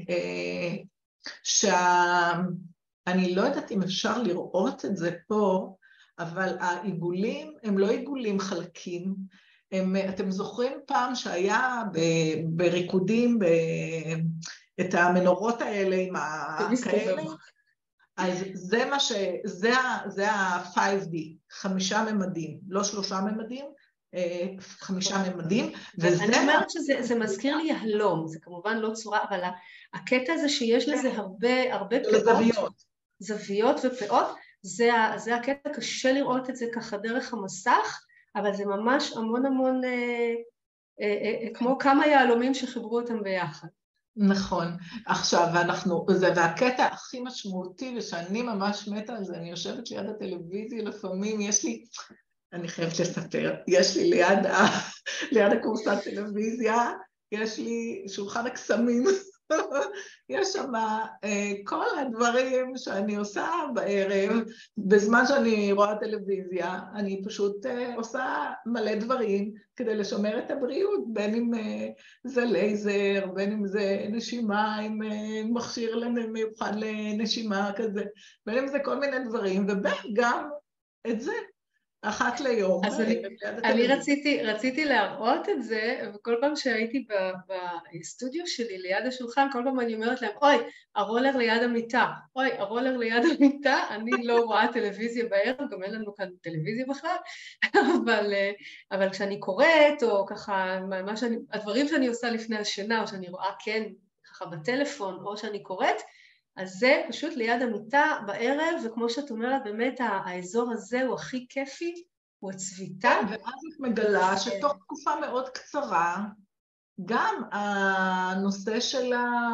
שאני לא יודעת אם אפשר לראות את זה פה, אבל העיגולים הם לא עיגולים חלקים, הם, אתם זוכרים פעם שהיה בריקודים, ב, את המנורות האלה עם הכאלה? אז זה מה ש... זה, זה ה-פייב די, חמישה ממדים, לא שלושה ממדים, חמישה ממדים, וזה... אני אומרת שזה מזכיר לי יהלום, זה כמובן לא צורה, אבל הקטע הזה שיש לזה הרבה, הרבה פאות, זוויות. זוויות ופאות, זה, זה הקטע, קשה לראות את זה ככה דרך המסך, אבל זה ממש המון המון, אה, אה, אה, כמו כמה יהלומים שחיברו אותם ביחד. נכון. עכשיו, אנחנו, זה, והקטע הכי משמעותי, ושאני ממש מתה על זה, אני יושבת ליד הטלוויזיה לפעמים, יש לי, אני חייבת לספר, יש לי ליד, ה, ליד הקורסת טלוויזיה, יש לי שולחן הקסמים, יש שם כל הדברים שאני עושה בערב, בזמן שאני רואה טלוויזיה, אני פשוט עושה מלא דברים כדי לשמר את הבריאות, בין אם זה לייזר, בין אם זה נשימה עם מכשיר מיוחד לנשימה כזה, בין אם זה כל מיני דברים, ובין גם את זה. אחת ליום. אז אני, אני רציתי, רציתי להראות את זה, וכל פעם שהייתי בסטודיו שלי ליד השולחן, כל פעם אני אומרת להם, אוי, הרולר ליד המיטה, אוי, הרולר ליד המיטה, אני לא רואה טלוויזיה בערב, גם אין לנו כאן טלוויזיה בכלל, אבל, אבל כשאני קוראת, או ככה, מה שאני, הדברים שאני עושה לפני השינה, או שאני רואה כן, ככה בטלפון, או שאני קוראת, אז זה פשוט ליד המיטה בערב, וכמו שאת אומרת, באמת האזור הזה הוא הכי כיפי, הוא הצביטה. ואז את מגלה שתוך תקופה מאוד קצרה, גם הנושא של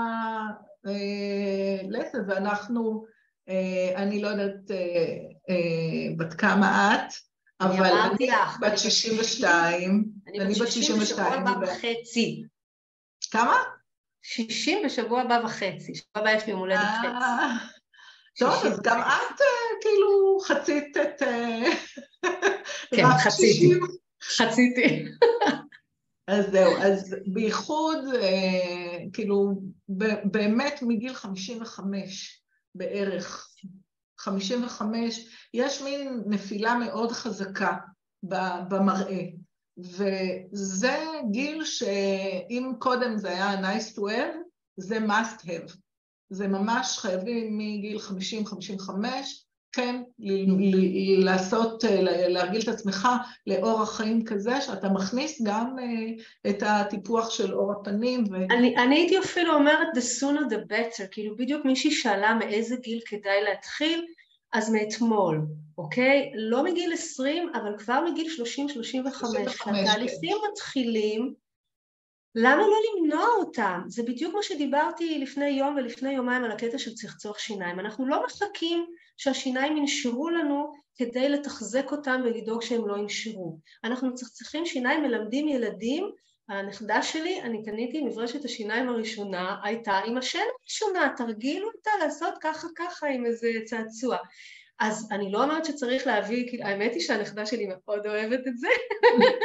הלסת, ואנחנו, אני לא יודעת בת כמה את, אבל אני בת שישים ושתיים, אני בת שישים בשבוע הבא וחצי. כמה? שישים בשבוע הבא וחצי, שבוע הבא יש לי מולדת חצי. טוב, אז גם את כאילו חצית את... כן, חציתי. חציתי. אז זהו, אז בייחוד, כאילו, באמת מגיל חמישים וחמש בערך, חמישים וחמש, יש מין נפילה מאוד חזקה במראה. וזה גיל שאם קודם זה היה nice to have, זה must have. זה ממש חייבים מגיל חמישים חמישים וחמש, כן, לעשות, להרגיל את עצמך לאורח חיים כזה, שאתה מכניס גם את הטיפוח של אור הפנים. ו... אני, אני הייתי אפילו אומרת, the sooner the better, כאילו בדיוק מישהי שאלה מאיזה גיל כדאי להתחיל, אז מאתמול, אוקיי? לא מגיל עשרים, אבל כבר מגיל שלושים שלושים וחמש. כשהתהליכים מתחילים, למה לא למנוע אותם? זה בדיוק מה שדיברתי לפני יום ולפני יומיים על הקטע של צחצוח שיניים. אנחנו לא מחכים שהשיניים ינשרו לנו כדי לתחזק אותם ולדאוג שהם לא ינשרו. אנחנו צחצחים שיניים, מלמדים ילדים. הנכדה שלי, אני קניתי מברשת השיניים הראשונה, הייתה עם השן הראשונה, תרגילו אותה לעשות ככה ככה עם איזה צעצוע. אז אני לא אומרת שצריך להביא, האמת היא שהנכדה שלי מאוד אוהבת את זה,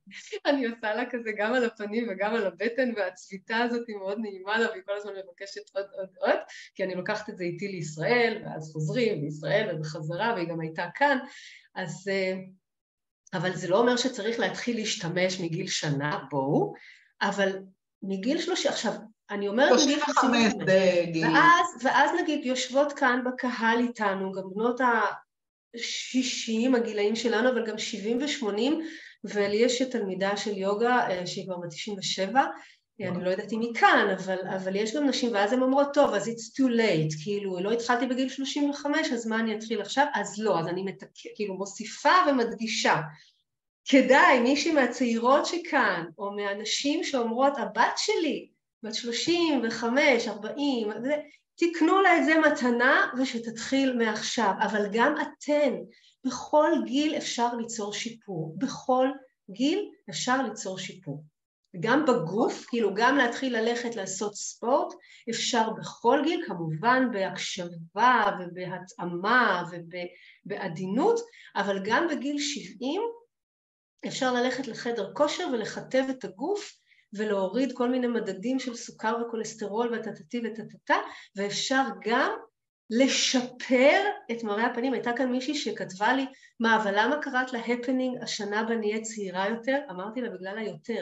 אני עושה לה כזה גם על הפנים וגם על הבטן, והצביטה הזאת היא מאוד נעימה לה, והיא כל הזמן מבקשת עוד עוד עוד, כי אני לוקחת את זה איתי לישראל, ואז חוזרים בישראל ובחזרה, והיא גם הייתה כאן, אז, אבל זה לא אומר שצריך להתחיל להשתמש מגיל שנה, בואו, אבל מגיל שלושים, עכשיו, אני אומרת מגיל שלושים וחמש, ואז, ואז נגיד יושבות כאן בקהל איתנו, גם בנות ה-שישים, הגילאים שלנו, אבל גם שבעים ושמונים, ולי יש תלמידה של יוגה שהיא כבר ב-תשעים ושבע, אני לא יודעת אם היא כאן, אבל, אבל יש גם נשים, ואז הן אומרות, טוב, אז it's too late, כאילו, לא התחלתי בגיל שלושים וחמש, אז מה אני אתחיל עכשיו? אז לא, אז אני מתק... כאילו מוסיפה ומדגישה. כדאי, מישהי מהצעירות שכאן, או מהנשים שאומרות, הבת שלי, בת שלושים וחמש, ארבעים, תקנו לה את זה מתנה ושתתחיל מעכשיו, אבל גם אתן, בכל גיל אפשר ליצור שיפור, בכל גיל אפשר ליצור שיפור. גם בגוף, כאילו גם להתחיל ללכת לעשות ספורט, אפשר בכל גיל, כמובן בהקשבה ובהתאמה ובעדינות, אבל גם בגיל שבעים אפשר ללכת לחדר כושר ולכתב את הגוף, ולהוריד כל מיני מדדים של סוכר וכולסטרול וטטטי וטטטה, ואפשר גם לשפר את מראה הפנים. הייתה כאן מישהי שכתבה לי, מה, אבל למה קראת לה הפנינג השנה בנהיה צעירה יותר? אמרתי לה, בגלל היותר.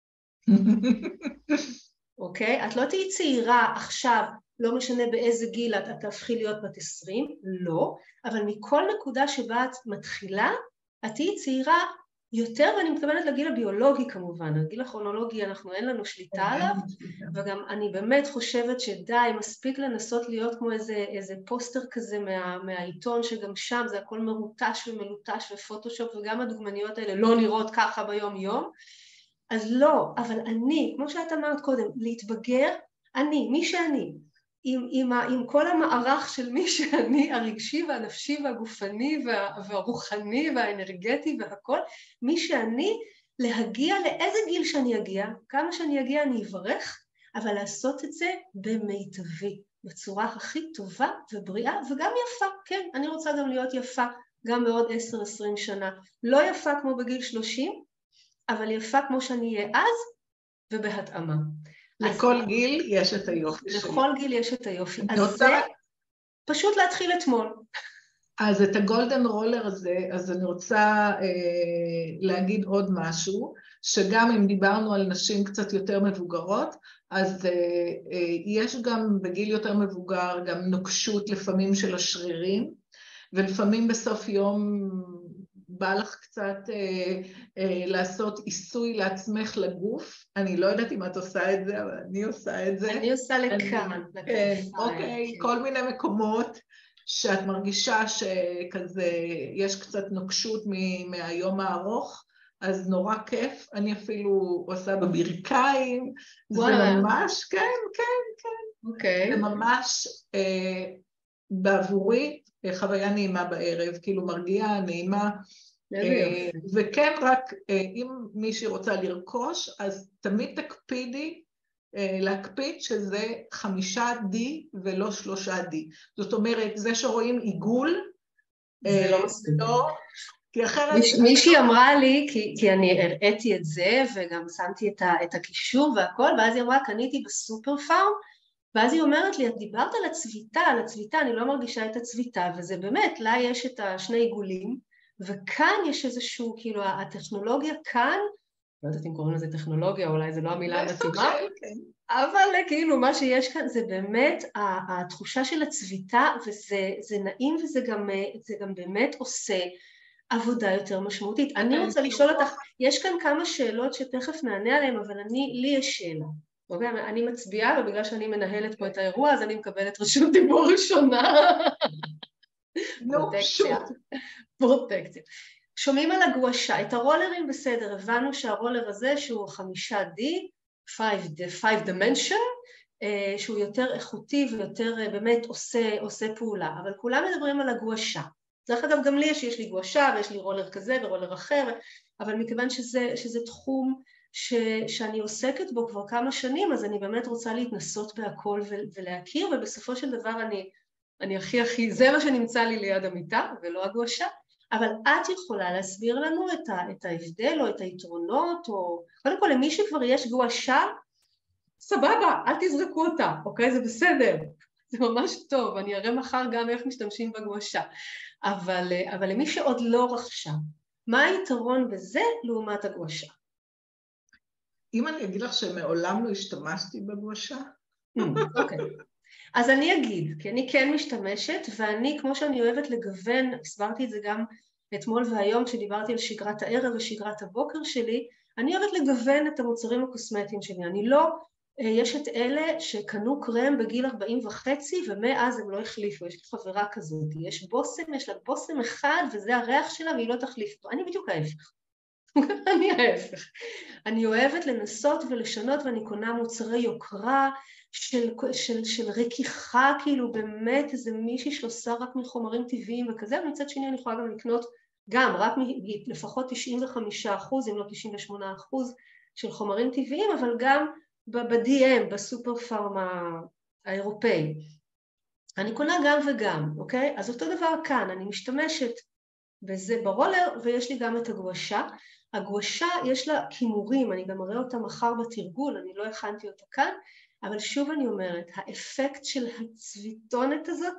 אוקיי? את לא תהיי צעירה עכשיו, לא משנה באיזה גיל את תהפכי להיות בת עשרים, לא, אבל מכל נקודה שבה את מתחילה, את תהיי צעירה יותר, ואני מתכוונת לגיל הביולוגי כמובן, הגיל הכרונולוגי אנחנו אין לנו שליטה עליו, וגם אני באמת חושבת שדי, מספיק לנסות להיות כמו איזה, איזה פוסטר כזה מה, מהעיתון, שגם שם זה הכל מרוטש ומלוטש ופוטושופ, וגם הדוגמניות האלה לא נראות ככה ביום יום, אז לא, אבל אני, כמו שאת אמרת קודם, להתבגר, אני, מי שאני, עם, עם, עם כל המערך של מי שאני, הרגשי והנפשי והגופני וה, והרוחני והאנרגטי והכל, מי שאני, להגיע לאיזה גיל שאני אגיע, כמה שאני אגיע אני אברך, אבל לעשות את זה במיטבי, בצורה הכי טובה ובריאה וגם יפה, כן, אני רוצה גם להיות יפה, גם בעוד עשר עשרים שנה, לא יפה כמו בגיל שלושים, אבל יפה כמו שאני אהיה אז ובהתאמה. לכל אז גיל יש את היופי לכל שלי. לכל גיל יש את היופי. אז רוצה... זה פשוט להתחיל אתמול. אז את הגולדן רולר הזה, אז אני רוצה אה, להגיד עוד משהו, שגם אם דיברנו על נשים קצת יותר מבוגרות, אז אה, אה, יש גם בגיל יותר מבוגר גם נוקשות לפעמים של השרירים, ולפעמים בסוף יום בא לך קצת אה, אה, לעשות עיסוי לעצמך לגוף. אני לא יודעת אם את עושה את זה, אבל אני עושה את זה. אני עושה לכאן. כן, אוקיי, כל מיני מקומות שאת מרגישה שכזה, יש קצת נוקשות מהיום הארוך, אז נורא כיף. אני אפילו עושה בברכיים. זה ממש, כן, כן, כן. אוקיי. זה ממש אה, בעבורי, חוויה נעימה בערב, כאילו מרגיעה, נעימה, וכן רק אם מישהי רוצה לרכוש, אז תמיד תקפידי, להקפיד שזה חמישה די ולא שלושה די. זאת אומרת, זה שרואים עיגול, זה לא מספיק. כי אחרת... מישהי אמרה לי, כי אני הראיתי את זה, וגם שמתי את הקישור והכל, ואז היא אמרה, קניתי בסופר פארם, ואז היא אומרת לי, את דיברת על הצביטה, על הצביטה, אני לא מרגישה את הצביטה, וזה באמת, לה יש את השני עיגולים, וכאן יש איזשהו, כאילו, הטכנולוגיה כאן, לא יודעת אם קוראים לזה טכנולוגיה, אולי זה לא המילה המתאימה, אבל כאילו, מה שיש כאן זה באמת התחושה של הצביטה, וזה נעים, וזה גם, זה גם באמת עושה עבודה יותר משמעותית. אני רוצה לשאול אותך, יש כאן כמה שאלות שתכף נענה עליהן, אבל אני, לי יש שאלה. אוקיי, אני מצביעה, ובגלל שאני מנהלת פה את האירוע, אז אני מקבלת רשות דיבור ראשונה. פרוטקציה. פרוטקציה. שומעים על הגואשה, את הרולרים בסדר, הבנו שהרולר הזה שהוא חמישה די, five dimension, שהוא יותר איכותי ויותר באמת עושה, עושה פעולה, אבל כולם מדברים על הגואשה. דרך אגב, גם לי יש, יש לי גואשה ויש לי רולר כזה ורולר אחר, אבל מכיוון שזה, שזה תחום ש, שאני עוסקת בו כבר כמה שנים, אז אני באמת רוצה להתנסות בהכל ולהכיר, ובסופו של דבר אני, אני הכי הכי, זה מה שנמצא לי ליד המיטה ולא הגואשה, אבל את יכולה להסביר לנו את, ה, את ההבדל או את היתרונות, או קודם כל למי שכבר יש גואשה, סבבה, אל תזרקו אותה, אוקיי? זה בסדר, זה ממש טוב, אני אראה מחר גם איך משתמשים בגואשה, אבל, אבל למי שעוד לא רכשה, מה היתרון בזה לעומת הגואשה? אם אני אגיד לך שמעולם לא השתמשתי בגואשה? אוקיי. אז אני אגיד, כי אני כן משתמשת, ואני, כמו שאני אוהבת לגוון, הסברתי את זה גם אתמול והיום, כשדיברתי על שגרת הערב ושגרת הבוקר שלי, אני אוהבת לגוון את המוצרים הקוסמטיים שלי. אני לא, יש את אלה שקנו קרם בגיל ארבעים וחצי, ומאז הם לא החליפו, יש לי חברה כזאת, יש בוסם, יש לה בוסם אחד, וזה הריח שלה, והיא לא תחליף אותו. אני בדיוק ההפך. אני ההפך. אני אוהבת לנסות ולשנות, ואני קונה מוצרי יוקרה, של, של, של רקיחה, כאילו באמת איזה מישהי שעושה רק מחומרים טבעיים וכזה, ומצד שני אני יכולה גם לקנות גם רק לפחות תשעים וחמישה אחוז, אם לא תשעים ושמונה אחוז של חומרים טבעיים, אבל גם ב-די אם, בסופר פארמה האירופאי. אני קונה גם וגם, אוקיי? אז אותו דבר כאן, אני משתמשת בזה ברולר, ויש לי גם את הגואשה. הגואשה יש לה כימורים, אני גם אראה אותה מחר בתרגול, אני לא הכנתי אותה כאן, אבל שוב אני אומרת, האפקט של הצביטונת הזאת,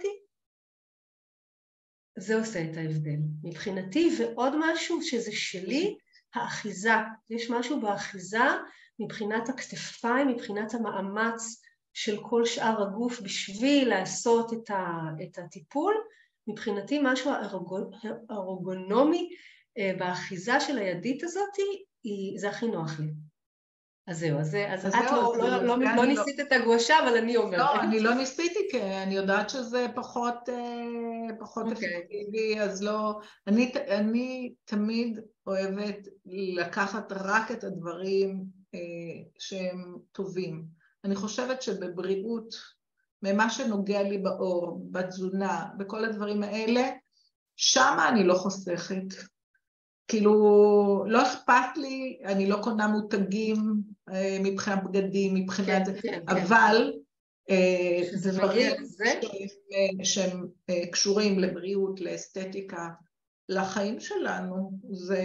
זה עושה את ההבדל. מבחינתי, ועוד משהו שזה שלי, האחיזה. יש משהו באחיזה, מבחינת הכתפיים, מבחינת המאמץ של כל שאר הגוף, בשביל לעשות את, ה, את הטיפול, מבחינתי משהו הארגונומי באחיזה של הידית הזאת, זה הכי נוח לי. אז זהו, אז, אז, אז את זהו, לא, לא, לא, לא ניסית לא... את הגואשה, אבל אני אומרת. לא, אני לא ניסיתי, כי אני יודעת שזה פחות, פחות okay. אפקטיבי, אז לא... אני, אני תמיד אוהבת לקחת רק את הדברים שהם טובים. אני חושבת שבבריאות, ממה שנוגע לי באור, בתזונה, בכל הדברים האלה, שמה אני לא חוסכת. כאילו, לא אכפת לי, אני לא קונה מותגים מבחינת בגדים, מבחינת זה, כן, כן, אבל כן. זה דברים שהם, שהם קשורים לבריאות, לאסתטיקה, לחיים שלנו, זה...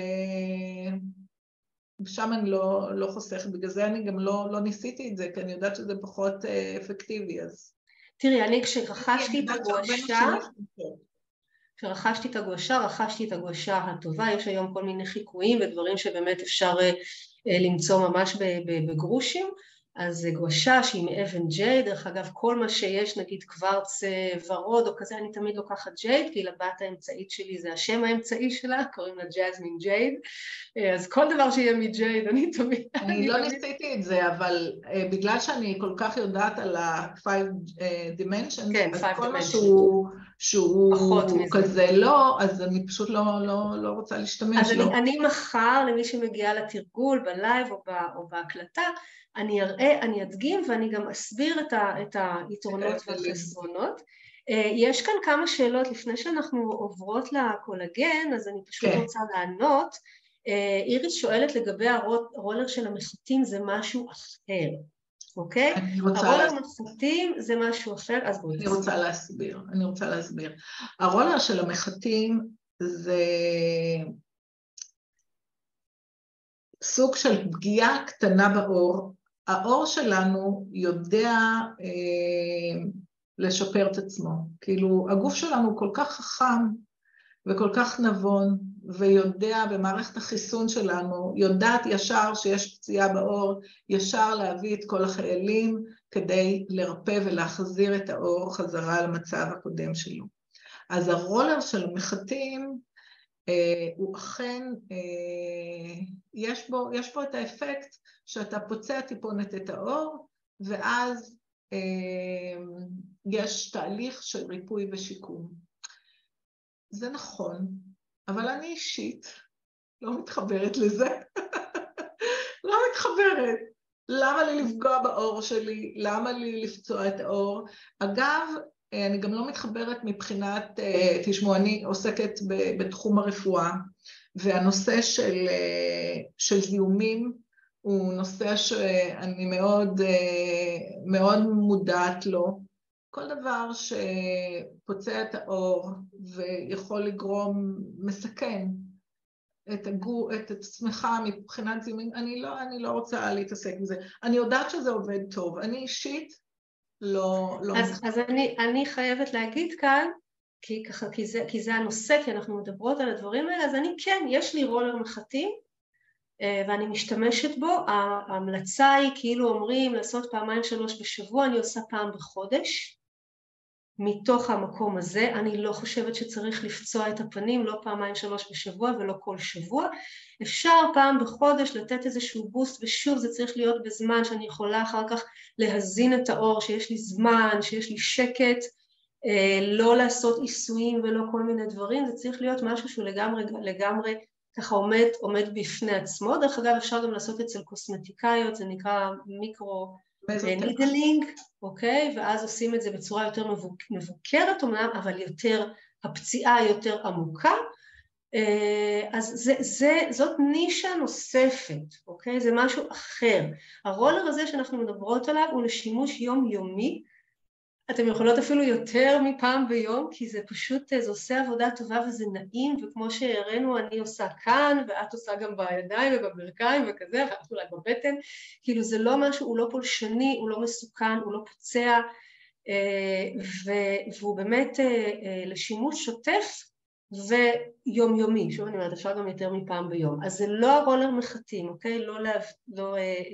שם אני לא, לא חוסכת, בגלל זה אני גם לא, לא ניסיתי את זה, כי אני יודעת שזה פחות אפקטיבי, אז... תראי, אני כשרכשתי את הגואשה, כשרכשתי את הגואשה, רכשתי את הגואשה הטובה, יש היום כל מיני חיקויים ודברים שבאמת אפשר למצוא ממש בגרושים, אז גואשה שהיא מאבן ג'ייד, דרך אגב כל מה שיש נגיד קוורץ ורוד או כזה, אני תמיד לוקחת ג'ייד, כי לבת האמצעית שלי זה השם האמצעי שלה, קוראים לה ג'זמין ג'ייד, אז כל דבר שיהיה מג'ייד אני תמיד... אני לא ניסיתי את זה, אבל בגלל שאני כל כך יודעת על ה-five dimensions, אז כל מה שהוא כזה לא, אז אני פשוט לא רוצה להשתמש לו. אז אני מחר למי שמגיעה לתרגול, בלייב או בהקלטה, אני אראה, אני אדגים ואני גם אסביר את, ה, את היתרונות והחסרונות. יש כאן כמה שאלות לפני שאנחנו עוברות לקולגן, אז אני פשוט כן. רוצה לענות. איריס שואלת לגבי הרולר של המחטים זה משהו אחר, אוקיי? הרולר מחטים זה משהו אחר, אז בואי. אני רוצה להסביר, אני רוצה להסביר. הרולר של המחטים זה... סוג של פגיעה קטנה באור. האור שלנו יודע אה, לשפר את עצמו. כאילו, הגוף שלנו כל כך חכם וכל כך נבון, ויודע במערכת החיסון שלנו, יודעת ישר שיש פציעה באור, ישר להביא את כל החיילים כדי לרפא ולהחזיר את האור חזרה למצב הקודם שלו. אז הרולר של המחטים, Uh, הוא אכן, uh, יש בו, יש בו את האפקט שאתה פוצע טיפונת את האור, ואז uh, יש תהליך של ריפוי ושיקום. זה נכון, אבל אני אישית לא מתחברת לזה. לא מתחברת. למה לי לפגוע באור שלי? למה לי לפצוע את האור? אגב, אני גם לא מתחברת מבחינת, תשמעו, אני עוסקת בתחום הרפואה, והנושא של, של זיהומים הוא נושא שאני מאוד, מאוד מודעת לו, כל דבר שפוצע את האור ויכול לגרום, מסכן את, הגו, את עצמך מבחינת זיהומים, אני לא, אני לא רוצה להתעסק בזה. אני יודעת שזה עובד טוב. אני אישית לא... לא אז, אז אני, אני חייבת להגיד כאן, כי, ככה, כי, זה, כי זה הנושא, כי אנחנו מדברות על הדברים האלה, אז אני כן, יש לי רולר מחטים, ואני משתמשת בו. ההמלצה היא, כאילו אומרים, לעשות פעמיים שלוש בשבוע, אני עושה פעם בחודש, מתוך המקום הזה. אני לא חושבת שצריך לפצוע את הפנים, לא פעמיים שלוש בשבוע ולא כל שבוע. אפשר פעם בחודש לתת איזשהו בוסט, ושוב זה צריך להיות בזמן שאני יכולה אחר כך להזין את האור, שיש לי זמן, שיש לי שקט, לא לעשות עיסויים ולא כל מיני דברים, זה צריך להיות משהו שהוא לגמרי, לגמרי ככה עומד, עומד בפני עצמו. דרך אגב אפשר גם לעשות אצל קוסמטיקאיות, זה נקרא מיקרו נידלינג, אוקיי? ואז עושים את זה בצורה יותר מבוקרת אומנם, אבל יותר, הפציעה יותר עמוקה. אז זה, זה, זאת נישה נוספת, אוקיי? זה משהו אחר. הרולר הזה שאנחנו מדברות עליו הוא לשימוש יומיומי, אתם יכולות אפילו יותר מפעם ביום, כי זה פשוט, זה עושה עבודה טובה וזה נעים, וכמו שהראינו, אני עושה כאן, ואת עושה גם בידיים ובברכיים וכזה, ואת אולי בבטן, כאילו זה לא משהו, הוא לא פולשני, הוא לא מסוכן, הוא לא פוצע, והוא באמת לשימוש שוטף ויומיומי, שוב אני אומרת, אפשר גם יותר מפעם ביום. אז זה לא הרולר מחטים, אוקיי? לא, לא, לא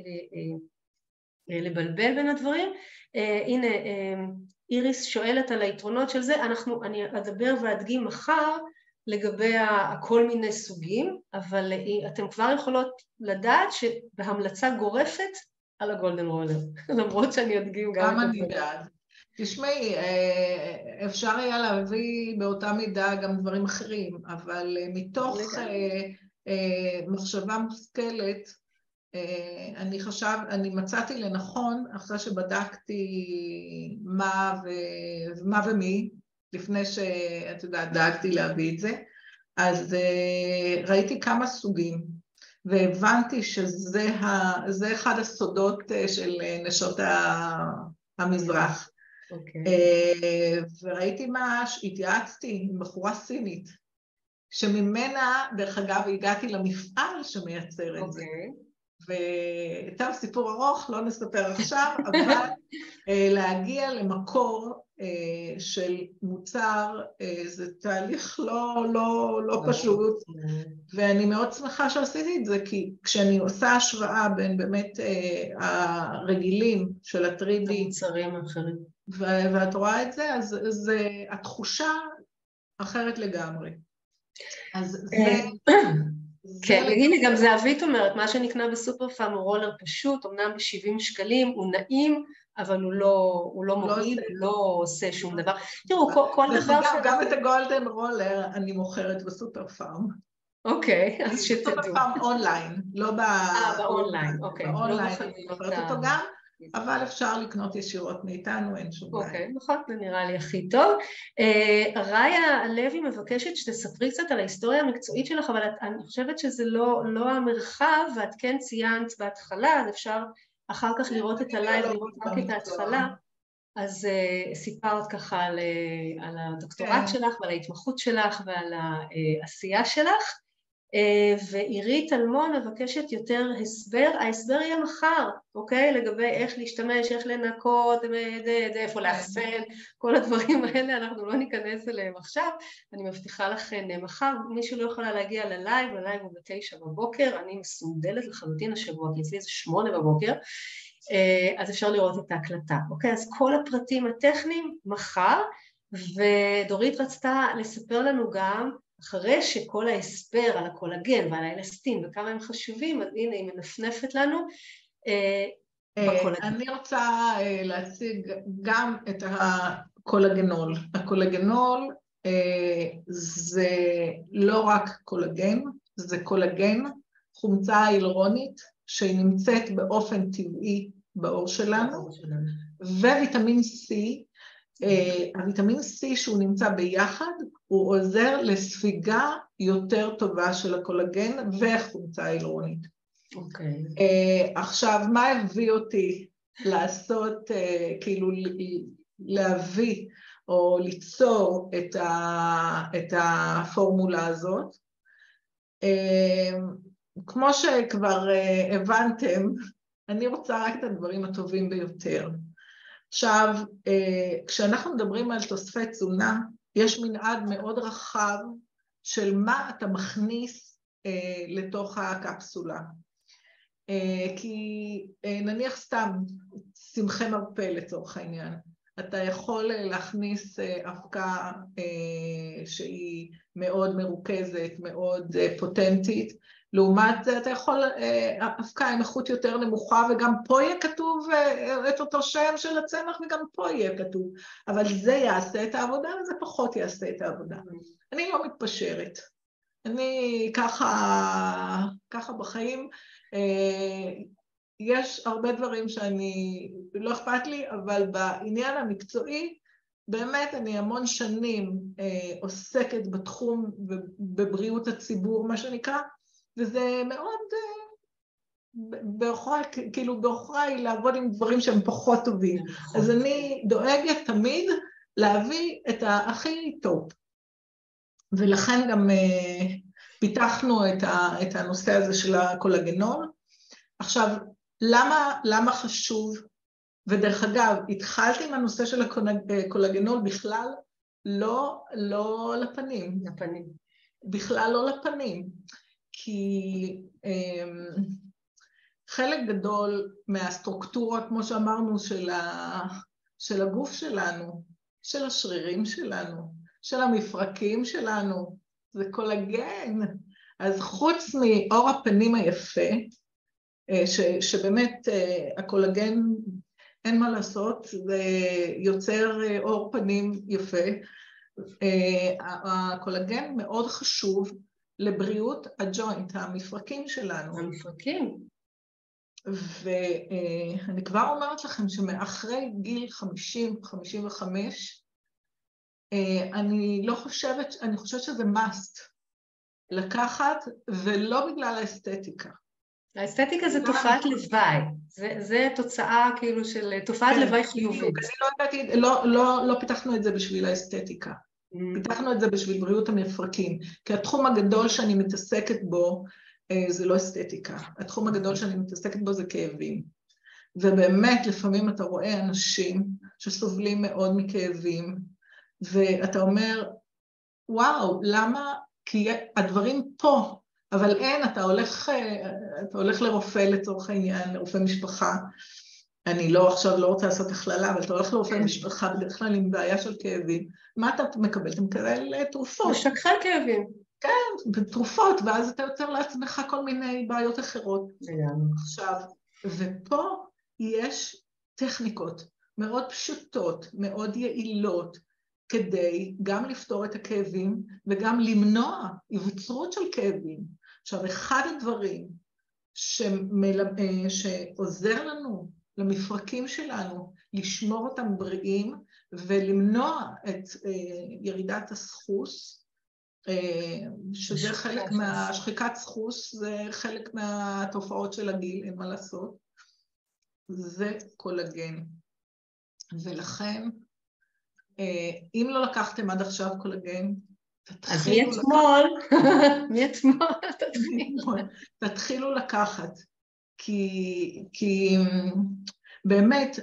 לבלבל בין הדברים. Uh, הנה, uh, איריס שואלת על היתרונות של זה, אנחנו, אני אדבר ואדגים מחר לגבי כל מיני סוגים, אבל uh, אתם כבר יכולות לדעת שבהמלצה גורפת על הגולדן רולר, למרות שאני אדגים גם, גם את אני בעד. תשמעי, אפשר היה להביא באותה מידה גם דברים אחרים, אבל מתוך uh, uh, מחשבה מושכלת, אני חשב, אני מצאתי לנכון, אחרי שבדקתי מה ו, מה ומי, לפני שאת יודעת, דאגתי להביא את זה, אז ראיתי כמה סוגים, והבנתי שזה ה, זה אחד הסודות של נשות המזרח. Okay. וראיתי מה, התייעצתי עם בחורה סינית, שממנה, דרך אגב, הגעתי למפעל שמייצר את okay. זה. וטוב, סיפור ארוך, לא נספר עכשיו, אבל להגיע למקור של מוצר, זה תהליך לא, לא, לא פשוט, ואני מאוד שמחה שעשיתי את זה, כי כשאני עושה השוואה בין באמת הרגילים של ה-תרי די, מוצרים אחרים, ואת רואה את זה, אז זה התחושה אחרת לגמרי. אז זה... כן, הנה גם זהבית אומרת, מה שנקנה בסופר פארם הוא רולר פשוט, אמנם ב-שבעים שקלים, הוא נעים, אבל הוא לא, הוא לא מועיל, הוא לא עושה שום דבר. תראו, כל דבר... גם את הגולדן רולר אני מוכרת בסופר פארם. אוקיי, אז שתדעו. בסופר פארם אונליין, לא באונליין, אוקיי. באונליין אני מוכרת אותו גם, אבל אפשר לקנות ישירות מאיתנו, אין שום בעיה. אוקיי, נכון, זה נראה לי הכי טוב. ראיה לוי מבקשת שתספרי קצת על ההיסטוריה המקצועית שלך, אבל אני חושבת שזה לא המרחב, ואת כן ציינת בהתחלה, אז אפשר אחר כך לראות את הלייב, לראות רק את ההתחלה. אז סיפרת ככה על הדוקטורט שלך ועל ההתמחות שלך ועל העשייה שלך. ועירית אלמון מבקשת יותר הסבר, ההסבר יהיה מחר, אוקיי? לגבי איך להשתמש, איך לנקות, איפה לאחסן, כל הדברים האלה, אנחנו לא ניכנס אליהם עכשיו, אני מבטיחה לכם מחר, מישהו לא יכולה להגיע ללייב, ללייב הוא בתשע בבוקר, אני מסונדלת לחלוטין השבוע, כי אצלי זה שמונה בבוקר, אז אפשר לראות את ההקלטה, אוקיי? אז כל הפרטים הטכניים מחר, ודורית רצתה לספר לנו גם, אחרי שכל ההסבר על הקולגן ועל האלסטין וכמה הם חשובים, אז הנה היא מנפנפת לנו בקולגן. אני רוצה להציג גם את הקולגנול. הקולגנול זה לא רק קולגן, זה קולגן, חומצה הילרונית, שהיא נמצאת באופן טבעי בעור שלנו, וויטמין C, הוויטמין C שהוא נמצא ביחד, הוא עוזר לספיגה יותר טובה של הקולגן וחומצה הילרונית. אוקיי. עכשיו, מה הביא אותי לעשות, כאילו, להביא או ליצור את, ה, את הפורמולה הזאת. כמו שכבר הבנתם, אני רוצה רק את הדברים הטובים ביותר. עכשיו, כשאנחנו מדברים על תוספי תזונה, יש מנעד מאוד רחב של מה אתה מכניס לתוך הקפסולה. כי נניח סתם שמחי מרפא לצורך העניין, אתה יכול להכניס אבקה שהיא מאוד מרוכזת, מאוד פוטנטית, לעומת זה אתה יכול אבקה עם איכות יותר נמוכה, וגם פה יהיה כתוב את אותו שם של הצמח, וגם פה יהיה כתוב, אבל זה יעשה את העבודה, וזה פחות יעשה את העבודה. אני לא מתפשרת. אני ככה, ככה בחיים, יש הרבה דברים שאני, לא אכפת לי, אבל בעניין המקצועי, באמת אני המון שנים עוסקת בתחום בבריאות הציבור, מה שנקרא, וזה מאוד, באוכרי, כאילו באוכרי לעבוד עם דברים שהם פחות טובים. אז אני דואגת תמיד להביא את הכי טוב. ולכן גם פיתחנו את, ה, את הנושא הזה של הקולגנול. עכשיו, למה, למה חשוב? ודרך אגב, התחלתי עם הנושא של הקולגנול בכלל לא, לא לפנים. לפנים. בכלל לא לפנים. כי חלק גדול מהסטרוקטורה, כמו שאמרנו, של, ה, של הגוף שלנו, של השרירים שלנו, של המפרקים שלנו, זה קולגן. אז חוץ מאור הפנים היפה, ש, שבאמת הקולגן, אין מה לעשות, זה יוצר אור פנים יפה, הקולגן מאוד חשוב לבריאות הג'וינט, המפרקים שלנו. המפרקים. ואני כבר אומרת לכם שמאחרי גיל חמישים, חמישים וחמש, אני לא חושבת, אני חושבת שזה must לקחת, ולא בגלל האסתטיקה. האסתטיקה זה תופעת לוואי, זה, זה תוצאה כאילו של תופעת לוואי חיובית. אני לא יודעתי, לא, לא, לא פיתחנו את זה בשביל האסתטיקה, פיתחנו את זה בשביל בריאות המפרקים, כי התחום הגדול שאני מתעסקת בו, זה לא אסתטיקה, התחום הגדול שאני מתעסקת בו זה כאבים. ובאמת לפעמים אתה רואה אנשים שסובלים מאוד מכאבים, ואתה אומר, וואו, למה? כי הדברים פה, אבל אין, אתה הולך, אתה הולך לרופא לצורך העניין, לרופא משפחה, אני לא עכשיו לא רוצה לעשות הכללה, אבל אתה הולך לרופא משפחה בדרך כלל עם בעיה של כאבים, מה אתה מקבל? אתה מקבל תרופות. משככי כאבים. כן, תרופות, ואז אתה יוצר לעצמך כל מיני בעיות אחרות. עכשיו, ופה יש טכניקות מאוד פשוטות, מאוד יעילות, כדי גם לפתור את הכאבים, וגם למנוע היווצרות של כאבים. עכשיו, אחד הדברים שמל... שעוזר לנו, למפרקים שלנו, לשמור אותם בריאים, ולמנוע את ירידת הסחוס, שזה חלק מהשחיקת סחוס, זה חלק מהתופעות של הגיל, אין מה לעשות, זה קולגן. ולכן, אם לא לקחתם עד עכשיו קולגן, אז מי אתמול? מי אתמול? תתחילו לקחת, כי, כי באמת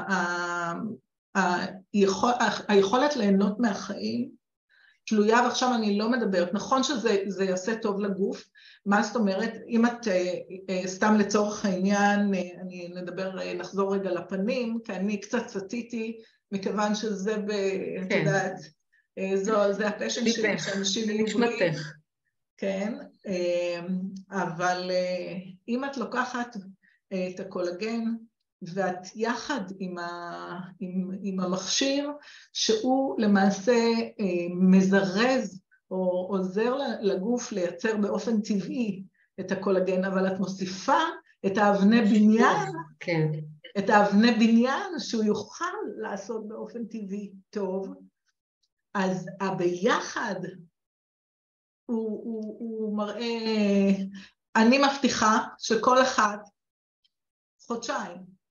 היכולת ליהנות מהחיים תלויה, ועכשיו אני לא מדברת, נכון שזה יעשה טוב לגוף, מה זאת אומרת, אם את סתם לצורך העניין, אני נדבר, נחזור רגע לפנים, כי אני קצת סטיתי, מכיוון שזה, את יודעת, זה הפשן שלי, שאנשים יהיו בריאים. כן, אבל אם את לוקחת את הקולגן, ואת יחד עם, ה, עם, עם המכשיר, שהוא למעשה מזרז או עוזר לגוף לייצר באופן טבעי את הקולגן, אבל את מוסיפה את האבני בניין, כן. את האבני בניין שהוא יוכל לעשות באופן טבעי טוב, אז הביחד הוא, הוא, הוא מראה, אני מבטיחה שכל אחד חודשיים,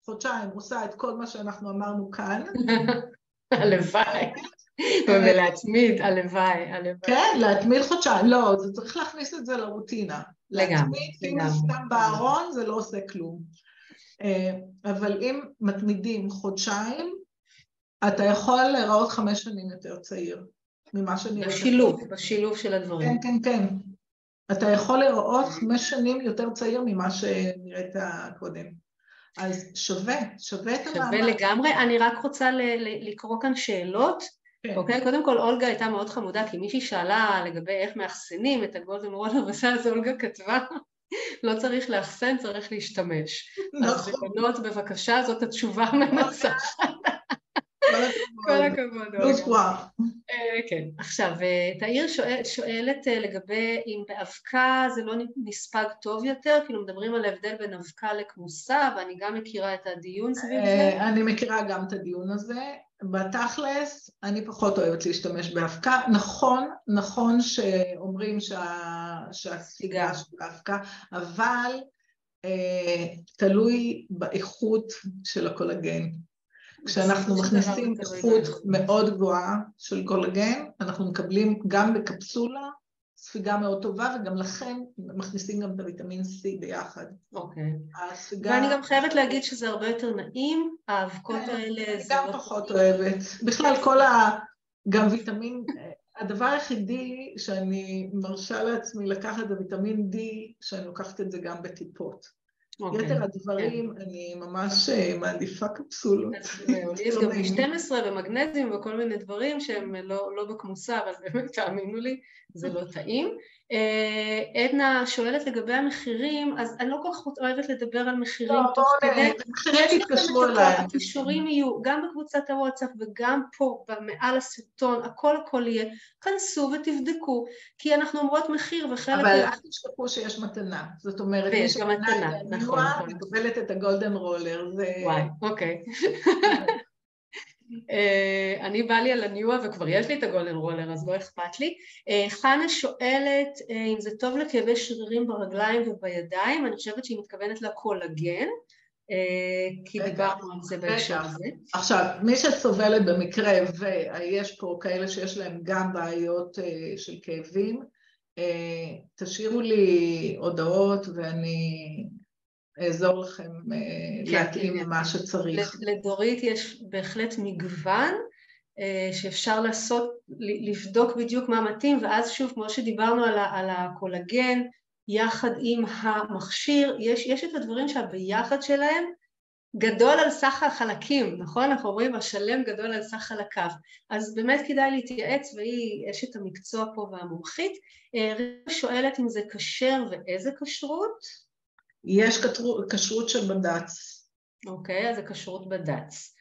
חודשיים עושה את כל מה שאנחנו אמרנו כאן. הלוואי. ולהתמיד, הלוואי, הלוואי. כן, להתמיד חודשיים. לא, זה צריך להכניס את זה לרוטינה. לגמרי. להתמיד, אם זה סתם בארון, זה לא עושה כלום. אבל אם מתמידים חודשיים, אתה יכול להיראות חמש שנים יותר צעיר, ממה שנראית. בשילוב, בשילוב של הדברים. כן, כן, כן. אתה יכול להיראות חמש שנים יותר צעיר ממה שנראית קודם. אז שווה, שווה את המאמץ. שווה לגמרי. אני רק רוצה לקרוא כאן שאלות. אוקיי, קודם כל אולגה הייתה מאוד חמודה, כי מישהי שאלה לגבי איך מאחסנים את הגולדן רולר, ואז אולגה כתבה, לא צריך לאחסן, צריך להשתמש. אז בנות, בבקשה, זאת התשובה המנצחת. כל הכבוד, אולגה. כן, עכשיו, תאיר שואלת לגבי אם באבקה זה לא נספג טוב יותר, כאילו מדברים על ההבדל בין אבקה לכמוסה, ואני גם מכירה את הדיון סביב זה. אני מכירה גם את הדיון הזה. בתכלס, אני פחות אוהבת להשתמש באבקה. נכון, נכון שאומרים שהספיגה של האבקה, אבל תלוי באיכות של הקולגן. כשאנחנו מכניסים איכות מאוד גבוהה של קולגן, אנחנו מקבלים גם בקפסולה ספיגה מאוד טובה, וגם לכן מכניסים גם את הוויטמין C ביחד. אוקיי. ואני גם חייבת להגיד שזה הרבה יותר נעים, האבקות האלה... אני גם פחות אוהבת. בכלל כל ה... גם ויטמין... הדבר היחידי שאני מרשה לעצמי לקחת את הוויטמין D, שאני לוקחת את זה גם בטיפות. יתר הדברים, אני ממש מעדיפה קפסולות. יש גם בי שתים עשרה ומגנזים וכל מיני דברים שהם לא בכמוסה, אבל באמת תאמינו לי, זה לא טעים. עדנה שואלת לגבי המחירים, אז אני לא כל כך אוהבת לדבר על מחירים תוך כדי. מחירים תתקשרו אליי. הקישורים יהיו גם בקבוצת הוואטסאפ וגם פה, מעל הסרטון, הכל הכל יהיה. כנסו ותבדקו, כי אנחנו אומרות מחיר וחלק... אבל אל תשכחו שיש מתנה. זאת אומרת, ויש גם מתנה, נכון, נכון. מקבלת את הגולדן רולר. וואי, אוקיי. אני בא לי על הניוע וכבר יש לי את הגולדן רולר, אז לא אכפת לי. חנה שואלת אם זה טוב לכאבי שרירים ברגליים ובידיים, אני חושבת שהיא מתכוונת לקולגן, כי דיברנו על זה בהקשר הזה. עכשיו, מי שסובלת במקרה, ויש פה כאלה שיש להם גם בעיות של כאבים, תשאירו לי הודעות ואני... אעזור לכם להתאים מה שצריך. לדורית יש בהחלט מגוון שאפשר לעשות, לבדוק בדיוק מה מתאים, ואז שוב, כמו שדיברנו על הקולגן, יחד עם המכשיר, יש, יש את הדברים שהביחד שלהם גדול על סך החלקים, נכון? אנחנו אומרים, השלם גדול על סך חלקיו. אז באמת כדאי להתייעץ, והיא אשת המקצוע פה והמומחית. ריבה שואלת אם זה כשר ואיזה כשרות? יש כשרות של בד"ץ. אוקיי, אז זה כשרות בד"ץ.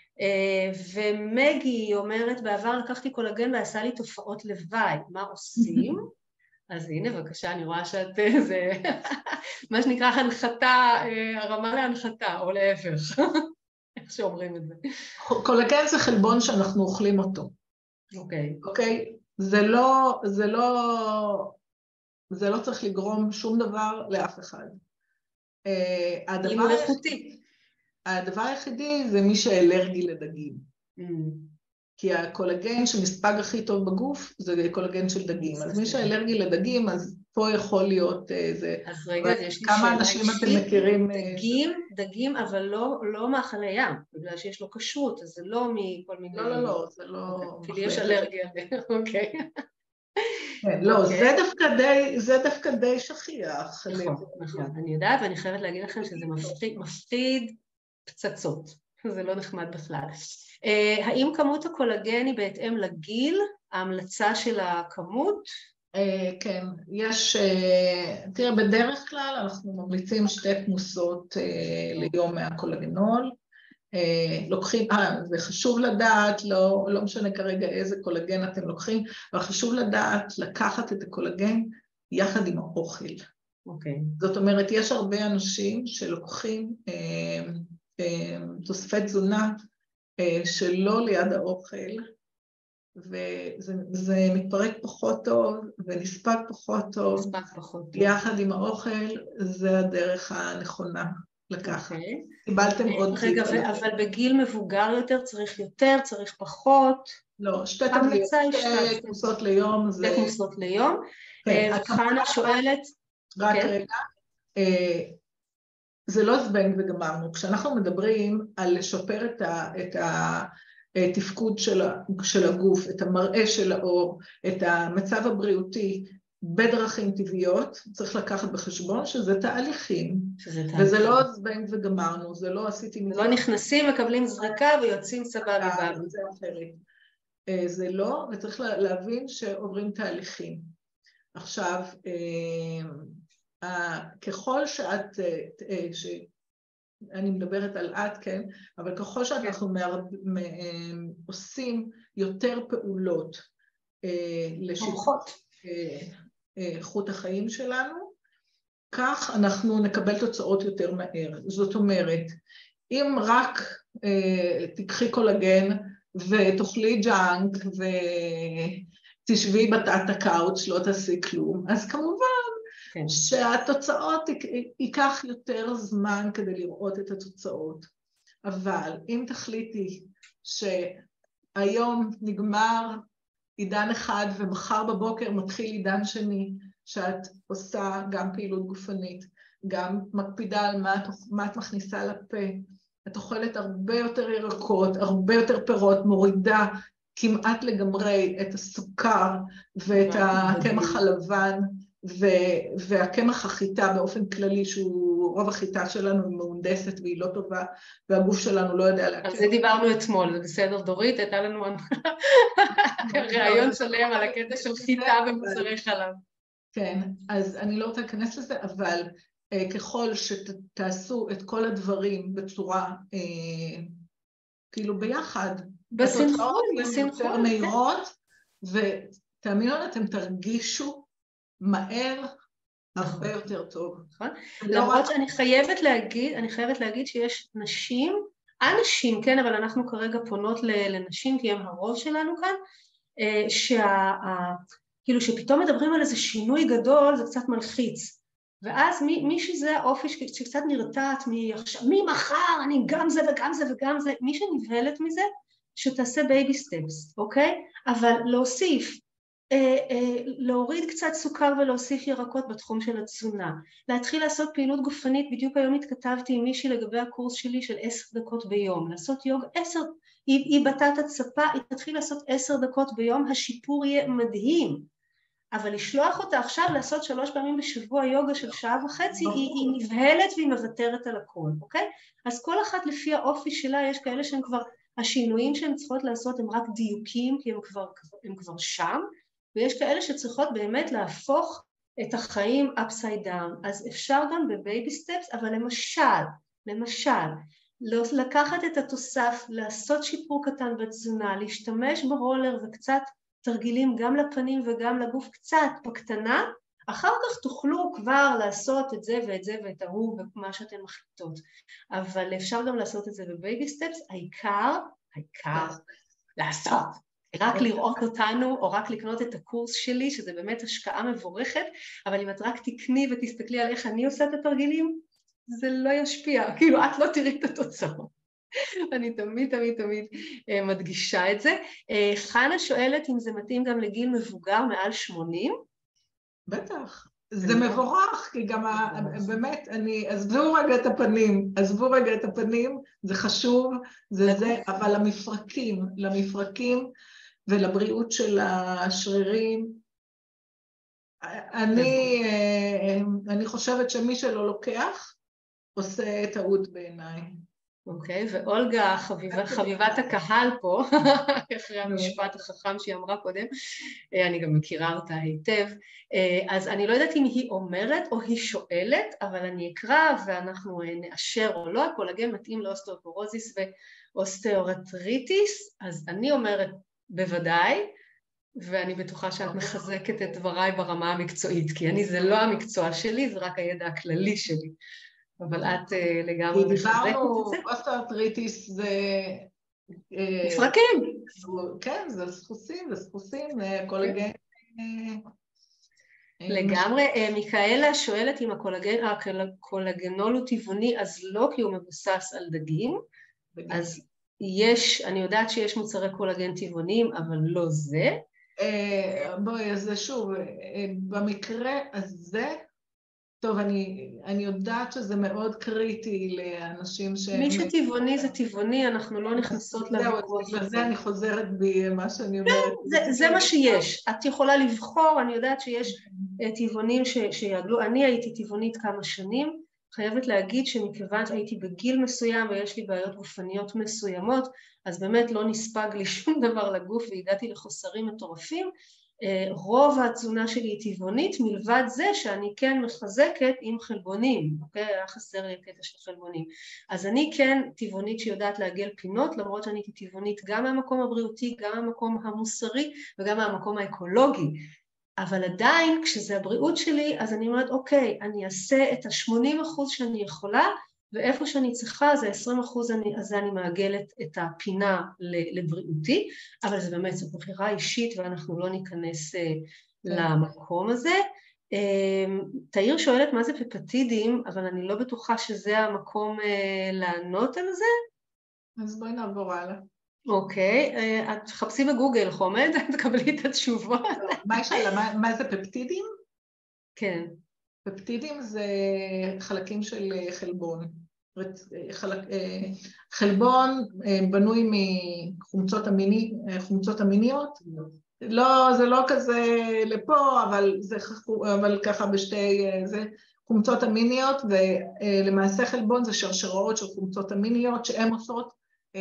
ומגי אומרת, בעבר לקחתי קולגן ועשה לי תופעות לוואי, מה עושים? אז הנה, בבקשה, אני רואה שאת, זה מה שנקרא הנחתה, הרמה להנחתה, או להפך, איך שאומרים את זה. קולגן זה חלבון שאנחנו אוכלים אותו. אוקיי. אוקיי? זה לא, זה לא, זה לא צריך לגרום שום דבר לאף אחד. הדבר איכותי. הדבר היחידי זה מי שאלרגי לדגים. כי הקולגן שמספג הכי טוב בגוף זה קולגן של דגים. אז מי שאלרגי לדגים, אז פה יכול להיות איזה... אז רגע, יש לי כמה אנשים אתם מכירים... דגים, דגים, אבל לא מאכלי ים, בגלל שיש לו כשרות, אז זה לא מכל מיני... לא, לא, לא, זה לא... כי יש אלרגיה, אוקיי. לא, זה דווקא די, זה דווקא די שכיח. נכון, נכון, אני יודעת, ואני חייבת להגיד לכם שזה מפחיד פצצות, זה לא נחמד בכלל. האם כמות הקולגן היא בהתאם לגיל, ההמלצה של הכמות? כן, יש, תראה, בדרך כלל אנחנו ממליצים שתי כמוסות ליום מהקולגנול, לוקחים, אה, זה חשוב לדעת, לא, לא משנה כרגע איזה קולגן אתם לוקחים, אבל חשוב לדעת לקחת את הקולגן יחד עם האוכל. אוקיי. זאת אומרת, יש הרבה אנשים שלוקחים אה, אה, תוספי תזונה אה, שלא ליד האוכל, וזה זה מתפרק פחות טוב ונספק פחות טוב. נספק פחות טוב. יחד עם האוכל, זה הדרך הנכונה לקחת. Okay. קיבלתם עוד רגע, ו- אבל בגיל מבוגר יותר צריך יותר, צריך פחות? לא, שתי טבליות, שתי כמוסות ליום. שתי זה... כמוסות ליום. כן, חנה שואלת... רק כן? רגע. זה לא זבנג וגמרנו. כשאנחנו מדברים על לשפר את ה... את ה... תפקוד של, של הגוף, את המראה של האור, את המצב הבריאותי בדרכים טבעיות, צריך לקחת בחשבון שזה תהליכים, שזה תהליכים. וזה לא זבנג וגמרנו, זה לא עשיתי... זה לא נכנסים, מקבלים זריקה ויוצאים סבבה. זה אחרת. זה לא, וצריך להבין שעוברים תהליכים. עכשיו, ככל שאת... ש... אני מדברת על את, כן, אבל ככל שאנחנו עושים יותר פעולות לשיפור איכות החיים שלנו, כך אנחנו נקבל תוצאות יותר מהר. זאת אומרת, אם רק תקחי קולגן ותאכלי ג'אנק ותשבי בתת הקאוץ' לא תעשי כלום, אז כמובן, כן. שהתוצאות ייקח יותר זמן כדי לראות את התוצאות. אבל אם תחליטי שהיום נגמר עידן אחד ומחר בבוקר מתחיל עידן שני, שאת עושה גם פעילות גופנית, גם מקפידה על מה את, מה את מכניסה לפה, את אוכלת הרבה יותר ירקות, הרבה יותר פירות, מורידה כמעט לגמרי את הסוכר ואת הקמח הלבן, והקמח החיטה באופן כללי, שהוא רוב החיטה שלנו היא מהונדסת והיא לא טובה, והגוף שלנו לא יודע להקל. על זה דיברנו אתמול, זה בסדר דורית, הייתה לנו רעיון שלם על הקטע של חיטה ומוצרי חלב. כן, אז אני לא רוצה להיכנס לזה, אבל ככל שתעשו את כל הדברים בצורה, כאילו ביחד, בסנכרון, יותר מהירות, ותאמינו, אתם תרגישו מהר, הרבה יותר טוב. נכון. למרות שאני חייבת להגיד, אני חייבת להגיד שיש נשים, אנשים, כן, אבל אנחנו כרגע פונות לנשים, כי הם הרוב שלנו כאן, שה, כאילו שפתאום מדברים על איזה שינוי גדול, זה קצת מלחיץ. ואז מי, מי שזה האופי שקצת נרתעת מי מחר, אני גם זה וגם זה וגם זה, מי שנבהלת מזה, שתעשה בייבי סטפס, אוקיי? אבל להוסיף, להוריד קצת סוכר ולהוסיף ירקות בתחום של התזונה, להתחיל לעשות פעילות גופנית, בדיוק היום התכתבתי עם מישהי לגבי הקורס שלי של עשר דקות ביום, לעשות יוג עשר, היא, היא בתת הצפה, היא תתחיל לעשות עשר דקות ביום, השיפור יהיה מדהים, אבל לשלוח אותה עכשיו לעשות שלוש פעמים בשבוע יוגה של שעה וחצי, היא, היא נבהלת והיא מוותרת על הכל, אוקיי? אז כל אחת לפי האופי שלה, יש כאלה שהם כבר, השינויים שהן צריכות לעשות הם רק דיוקים, כי הם כבר, הם כבר שם, ויש כאלה שצריכות באמת להפוך את החיים upside down, אז אפשר גם בבייבי סטפס, אבל למשל, למשל, לקחת את התוסף, לעשות שיפור קטן בתזונה, להשתמש ברולר וקצת תרגילים גם לפנים וגם לגוף קצת בקטנה, אחר כך תוכלו כבר לעשות את זה ואת זה ואת ההוא ומה שאתן מחליטות, אבל אפשר גם לעשות את זה בבייבי סטפס, העיקר, העיקר, לעשות. רק לראות אותנו, או רק לקנות את הקורס שלי, שזה באמת השקעה מבורכת, אבל אם את רק תקני ותסתכלי על איך אני עושה את התרגילים, זה לא ישפיע, כאילו את לא תראי את התוצאות. אני תמיד תמיד תמיד מדגישה את זה. חנה שואלת אם זה מתאים גם לגיל מבוגר מעל שמונים? בטח. זה מבורך, כי גם באמת, אני, עזבו רגע את הפנים, עזבו רגע את הפנים, זה חשוב, זה זה, אבל למפרקים, למפרקים ולבריאות של השרירים, אני, אני חושבת שמי שלא לוקח, עושה טעות בעיניי. אוקיי, ואולגה, חביבת הקהל פה, אחרי המשפט החכם שהיא אמרה קודם, אני גם מכירה אותה היטב, אז אני לא יודעת אם היא אומרת או היא שואלת, אבל אני אקרא ואנחנו נאשר או לא, הקולגן מתאים לאוסטאופורוזיס ואוסטאורטריטיס, אז אני אומרת בוודאי, ואני בטוחה שאת מחזקת את דבריי ברמה המקצועית, כי אני זה לא המקצוע שלי, זה רק הידע הכללי שלי. אבל את לגמרי מחזקת את זה. אוסטאורטריטיס זה... מפרקים. כן, זה סחוסים, זה סחוסים, קולגן לגמרי, מיקאלה שואלת אם הקולגן, הקולגנול הוא טבעוני, אז לא, כי הוא מבוסס על דגים, אז יש, אני יודעת שיש מוצרי קולגן טבעוניים, אבל לא זה. בואי, אז זה שוב, במקרה הזה, טוב, אני, אני יודעת שזה מאוד קריטי לאנשים ש... מי שטבעוני זה טבעוני, אנחנו לא נכנסות לוויכוח. בגלל זה אני חוזרת בי מה שאני אומרת. זה, זה מה שיש. את יכולה לבחור, אני יודעת שיש טבעונים ש, שיעגלו. אני הייתי טבעונית כמה שנים, חייבת להגיד שמכיוון שהייתי בגיל מסוים ויש לי בעיות גופניות מסוימות, אז באמת לא נספג לי שום דבר לגוף והגעתי לחוסרים מטורפים. רוב התזונה שלי היא טבעונית, מלבד זה שאני כן מחזקת עם חלבונים, אוקיי? היה חסר לי הקטע של חלבונים. אז אני כן טבעונית שיודעת לעגל פינות, למרות שאני הייתי טבעונית גם מהמקום הבריאותי, גם מהמקום המוסרי וגם מהמקום האקולוגי. אבל עדיין, כשזה הבריאות שלי, אז אני אומרת, אוקיי, אני אעשה את ה-שמונים אחוז שאני יכולה, ואיפה שאני צריכה, זה עשרים אחוז, אני, אז אני מעגלת את הפינה לבריאותי, אבל זה באמת, זו בחירה אישית, ואנחנו לא ניכנס למקום הזה. תאיר שואלת מה זה פפטידים, אבל אני לא בטוחה שזה המקום לענות על זה. אז בואי נעבור הלאה. אוקיי, את חפשי בגוגל חומד, תקבלי את התשובות. מה יש לה, מה זה פפטידים? כן. פפטידים זה חלקים של חלבון. חלק, חלבון בנוי מחומצות המיני, חומצות המיניות. לא, זה לא כזה לפה, אבל זה אבל ככה בשתי זה חומצות המיניות, ולמעשה חלבון זה שרשראות של חומצות המיניות שהן עושות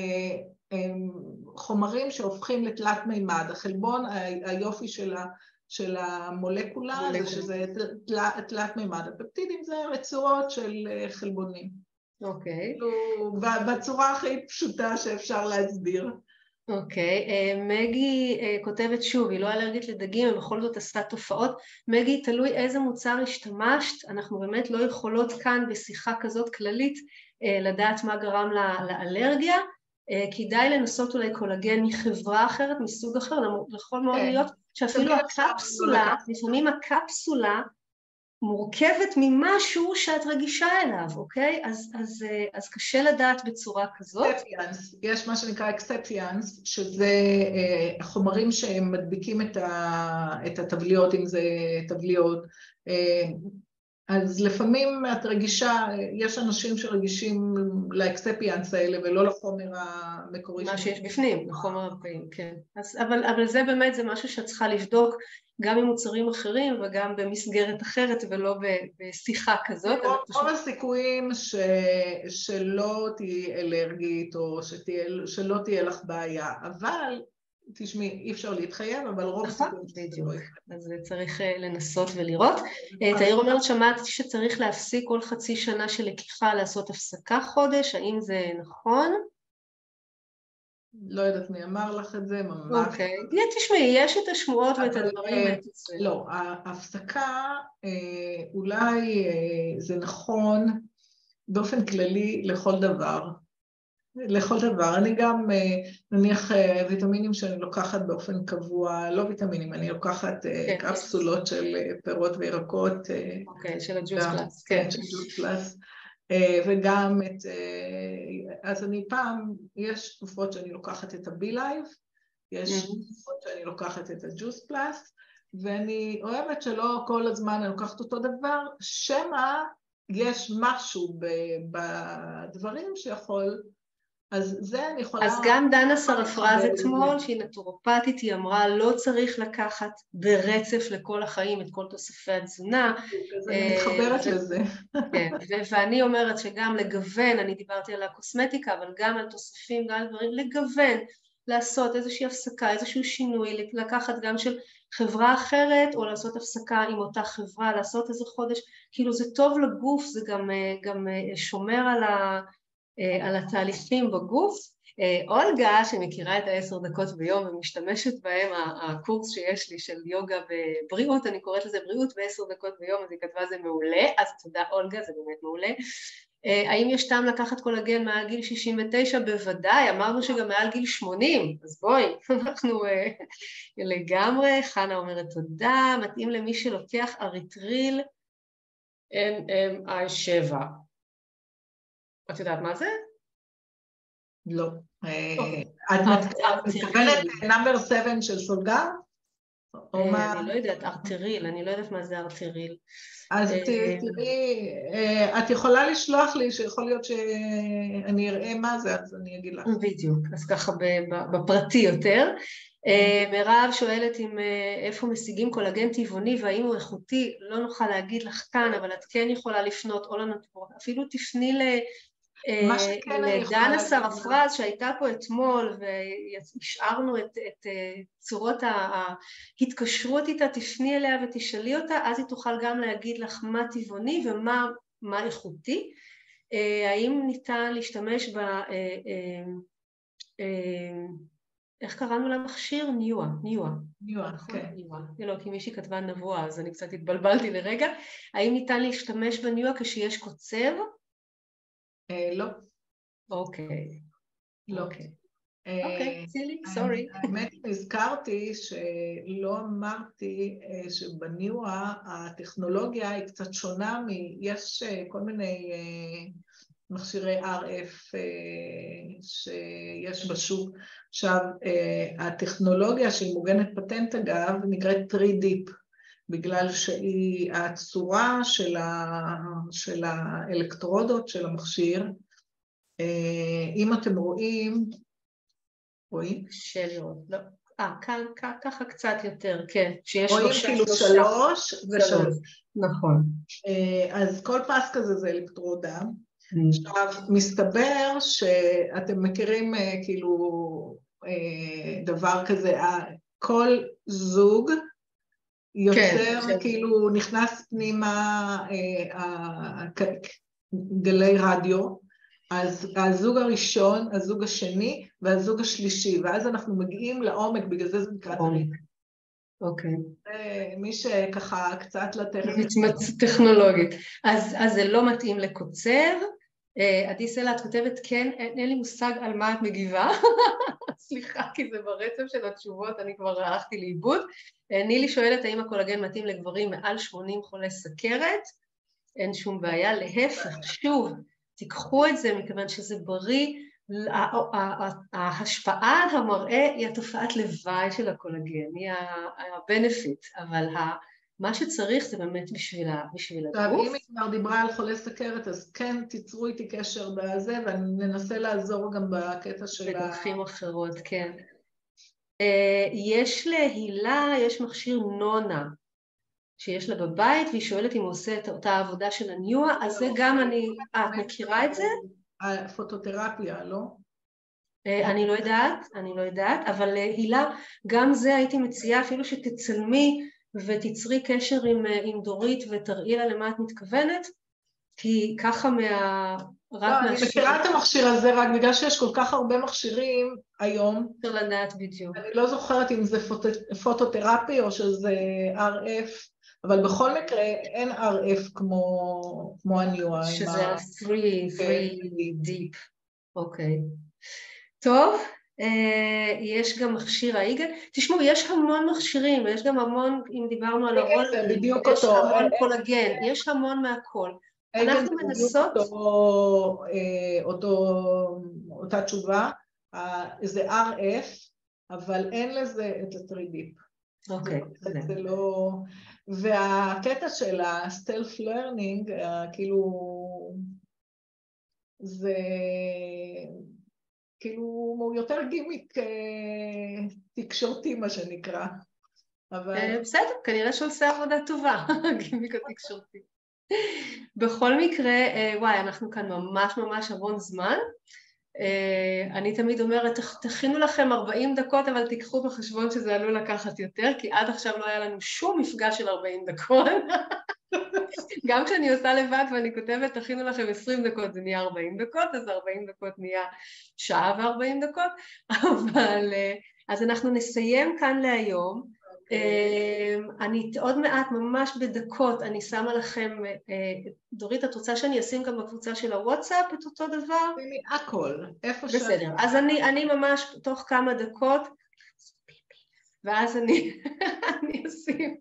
חומרים שהופכים לתלת מימד. החלבון, היופי של ה של המולקולה, זה שזה תלת מימד. הפפטידים זה רצועות של חלבונים. אוקיי. בצורה הכי פשוטה שאפשר להסביר. אוקיי, מגי כותבת שוב, היא לא אלרגית לדגים, ובכל זאת עשתה תופעות. מגי, תלוי איזה מוצר השתמשת, אנחנו באמת לא יכולות כאן בשיחה כזאת כללית לדעת מה גרם לאלרגיה. כדאי לנסות אולי קולגן מחברה אחרת, מסוג אחר, יכול מאוד להיות שאפילו הקפסולה, לפעמים הקפסולה מורכבת ממשהו שאת רגישה אליו, אוקיי? אז, אז, אז קשה לדעת בצורה כזאת. אקספטיאנס, יש מה שנקרא אקספטיאנס, שזה חומרים שמדביקים את, ה, את התבליות, אם זה תבליות. אז לפעמים את רגישה, יש אנשים שרגישים לאקספטיאנס האלה ולא לחומר המקורי. מה שיש בפנים, לחומר הפעיל, כן. אז, אבל, אבל זה באמת, זה משהו שאת צריכה לבדוק גם עם מוצרים אחרים וגם במסגרת אחרת ולא בשיחה כזאת. רוב הסיכויים ש, שלא תהיה אלרגית או שתהיה, שלא תהיה לך בעיה, אבל תשמעי, אי אפשר להתחייב, אבל רוב הסיכויים בדיוק. אז צריך לנסות ולראות. תאיר אומרת, שמעתי שצריך להפסיק כל חצי שנה של לקיחה, לעשות הפסקה חודש, האם זה נכון? לא יודעת מי אמר לך את זה, ממש. אוקיי, תשמעי, יש את השמועות ואת הדברים. לא, ההפסקה אולי זה נכון באופן כללי לכל דבר. לכל דבר. אני גם, נניח, ויטמינים שאני לוקחת באופן קבוע, לא ויטמינים, אני לוקחת קפסולות של פירות וירקות. אוקיי, של הג'וס פלאס. כן, של ג'וס פלאס. וגם את, אז אני פעם, יש תקופות שאני לוקחת את הבי לייב, יש תקופות שאני לוקחת את הג'וס פלאס, ואני אוהבת שלא כל הזמן אני לוקחת אותו דבר, שמה יש משהו בדברים שיכול, אז זה אני יכולה... אז גם דנה סרפרז אתמול, שהיא נטורופטית, היא אמרה, לא צריך לקחת ברצף לכל החיים את כל תוספי התזונה. אז אני מתחברת לזה. כן, ואני אומרת שגם לגוון, אני דיברתי על הקוסמטיקה, אבל גם על תוספים, גם על דברים, לגוון, לעשות איזושהי הפסקה, איזשהו שינוי, לקחת גם של חברה אחרת, או לעשות הפסקה עם אותה חברה, לעשות איזה חודש, כאילו זה טוב לגוף, זה גם, גם שומר על ה... על התהליכים בגוף. אולגה, שמכירה את העשר דקות ביום ומשתמשת בהם, הקורס שיש לי של יוגה ובריאות, אני קוראת לזה בריאות בעשר דקות ביום, אז היא כתבה זה מעולה, אז תודה אולגה, זה באמת מעולה. האם יש טעם לקחת קולגן מעל גיל שישים ותשע? בוודאי, אמרנו שגם מעל גיל שמונים, אז בואי, אנחנו לגמרי, חנה אומרת תודה, מתאים למי שלוקח אריתריל אן אם איי שבע. את יודעת מה זה? לא. את מתכוונת נאמבר שבע של סולגר? אני לא יודעת, ארטריל, אני לא יודעת מה זה ארטריל. אז תראי, את יכולה לשלוח לי שיכול להיות שאני אראה מה זה, אז אני אגיד לך. בדיוק, אז ככה בפרטי יותר. מירב שואלת אם איפה משיגים קולגן טבעוני והאם הוא איכותי, לא נוכל להגיד לך כאן, אבל את כן יכולה לפנות או לנטורופט, אפילו תפני ל... לדנה סרפרז שהייתה פה אתמול והשארנו את, את צורות ההתקשרות איתה, תפני אליה ותשאלי אותה, אז היא תוכל גם להגיד לך מה טבעוני ומה מה איכותי. האם ניתן להשתמש ב... איך קראנו למכשיר? ניוע, ניוע. ניוע, כן. ניוע. לא, כי מישהי כתבה נבואה, אז אני קצת התבלבלתי לרגע. האם ניתן להשתמש בניוע כשיש קוצב? לא. אוקיי. לא. אוקיי, צילי, סורי. האמת, הזכרתי שלא אמרתי שבניוע הטכנולוגיה היא קצת שונה, יש כל מיני מכשירי אר אף שיש בשוק. עכשיו, הטכנולוגיה שהיא מוגנת פטנט אגב, נקראת טרי דיפ, בגלל שהיא הצורה של, ה, של האלקטרודות של המכשיר. אם אתם רואים, רואים? קשה לראות, לא. אה, כאן, ככה קצת יותר, כן. שיש רואים שלושה, כאילו שלושה. שלוש ושלוש. נכון. אז כל פס כזה זה אלקטרודה. עכשיו, מסתבר שאתם מכירים כאילו דבר כזה, כל זוג יוצר, כן, כאילו נכנס פנימה גלי רדיו, אז הזוג הראשון, הזוג השני והזוג השלישי, ואז אנחנו מגיעים לעומק, בגלל זה זה נקרא טרי. אוקיי. מי שככה קצת לטכנולוגית. מתמצא טכנולוגית. אז, אז זה לא מתאים לקוצר. עדי סלע, את כותבת כן, אין, אין לי מושג על מה את מגיבה. סליחה, כי זה ברצף של התשובות, אני כבר הלכתי לאיבוד. נילי שואלת האם הקולגן מתאים לגברים מעל שמונים חולי סכרת. אין שום בעיה, להפך, שוב, תיקחו את זה מכיוון שזה בריא, ההשפעה על המראה היא התופעת לוואי של הקולגן, היא הבנפיט, אבל מה שצריך זה באמת בשביל הגוף. אם היא כבר דיברה על חולי סכרת, אז כן, תיצרו איתי קשר בזה, וננסה לעזור גם בקטע של ה... בדרכים אחרות, כן. יש להילה, יש מכשיר נונה, שיש לה בבית, והיא שואלת אם הוא עושה את אותה עבודה של הניוע, אז זה גם אני... את מכירה את זה? הפוטותרפיה, לא? אני לא יודעת, אני לא יודעת, אבל הילה, גם זה הייתי מציעה, אפילו שתצלמי ותצרי קשר עם, עם דורית ותראי לה למה את מתכוונת, כי ככה מה... לא, אני מכירה את המכשיר הזה רק בגלל שיש כל כך הרבה מכשירים היום. אפשר לדעת בדיוק. אני לא זוכרת אם זה פוטותרפי או שזה אר אף, אבל בכל מקרה אין אר אף כמו, כמו הניוע. שזה ה-three, three deep. אוקיי. טוב, יש גם מכשיר האיגל. תשמעו, יש המון מכשירים, יש גם המון, אם דיברנו על הרול, יש המון קולגן, יש המון מהכל. אנחנו מנסות... אותו, אותו, אותה תשובה, זה אר אף, אבל אין לזה את ה-three דיפ. אוקיי. זה לא... והקטע של ה-Self Learning, כאילו, זה כאילו, הוא יותר גימיק תקשורתי, מה שנקרא. בסדר, כנראה שעושה עבודה טובה, גימיק התקשורתי. בכל מקרה, וואי, אנחנו כאן ממש ממש המון זמן. אני תמיד אומרת, תכינו לכם ארבעים דקות, אבל תיקחו בחשבון שזה עלול לקחת יותר, כי עד עכשיו לא היה לנו שום מפגש של ארבעים דקות. גם כשאני עושה לבד ואני כותבת, תכינו לכם עשרים דקות, זה נהיה ארבעים דקות, אז ארבעים דקות נהיה שעה ו-ארבעים דקות, אבל אז אנחנו נסיים כאן להיום. אני עוד מעט, ממש בדקות, אני שמה לכם, דורית, את רוצה שאני אשים גם בקבוצה של הוואטסאפ את אותו דבר? הכל, איפה ש... בסדר, אז אני, אני ממש תוך כמה דקות, ואז אני, אני אשים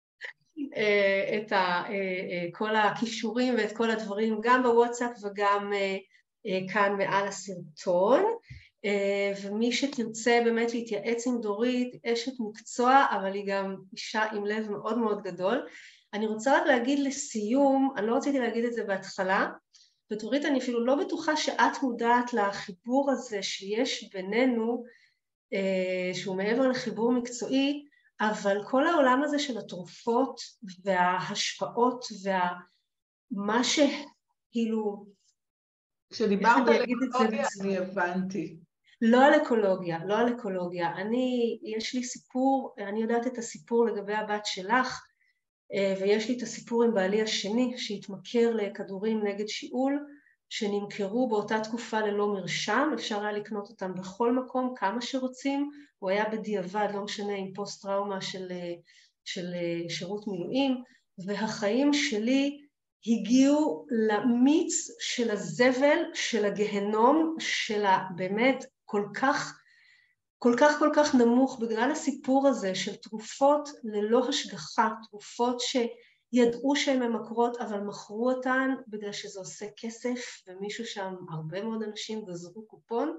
את ה, כל הכישורים ואת כל הדברים, גם בוואטסאפ וגם כאן מעל הסרטון. ומי שתרצה באמת להתייעץ עם דורית, אשת מקצוע, אבל היא גם אישה עם לב מאוד מאוד גדול. אני רוצה רק להגיד לסיום, אני לא רציתי להגיד את זה בהתחלה, ודורית, אני אפילו לא בטוחה שאת מודעת לחיבור הזה שיש בינינו, שהוא מעבר לחיבור מקצועי, אבל כל העולם הזה של התרופות וההשפעות ומה שכאילו... כשדיברת על אקולוגיה אני הבנתי. לא על אקולוגיה, לא על אקולוגיה. אני, יש לי סיפור, אני יודעת את הסיפור לגבי הבת שלך, ויש לי את הסיפור עם בעלי השני, שהתמכר לכדורים נגד שיעול, שנמכרו באותה תקופה ללא מרשם, אפשר היה לקנות אותם בכל מקום, כמה שרוצים, הוא היה בדיעבד, לא משנה, עם פוסט-טראומה של, של שירות מילואים, והחיים שלי הגיעו למיץ של הזבל, של הגהנום, של באמת כל כך, כל כך כל כך נמוך, בגלל הסיפור הזה של תרופות ללא השגחה, תרופות שידעו שהן ממכרות, אבל מכרו אותן בגלל שזה עושה כסף, ומישהו שם, הרבה מאוד אנשים גזרו קופון,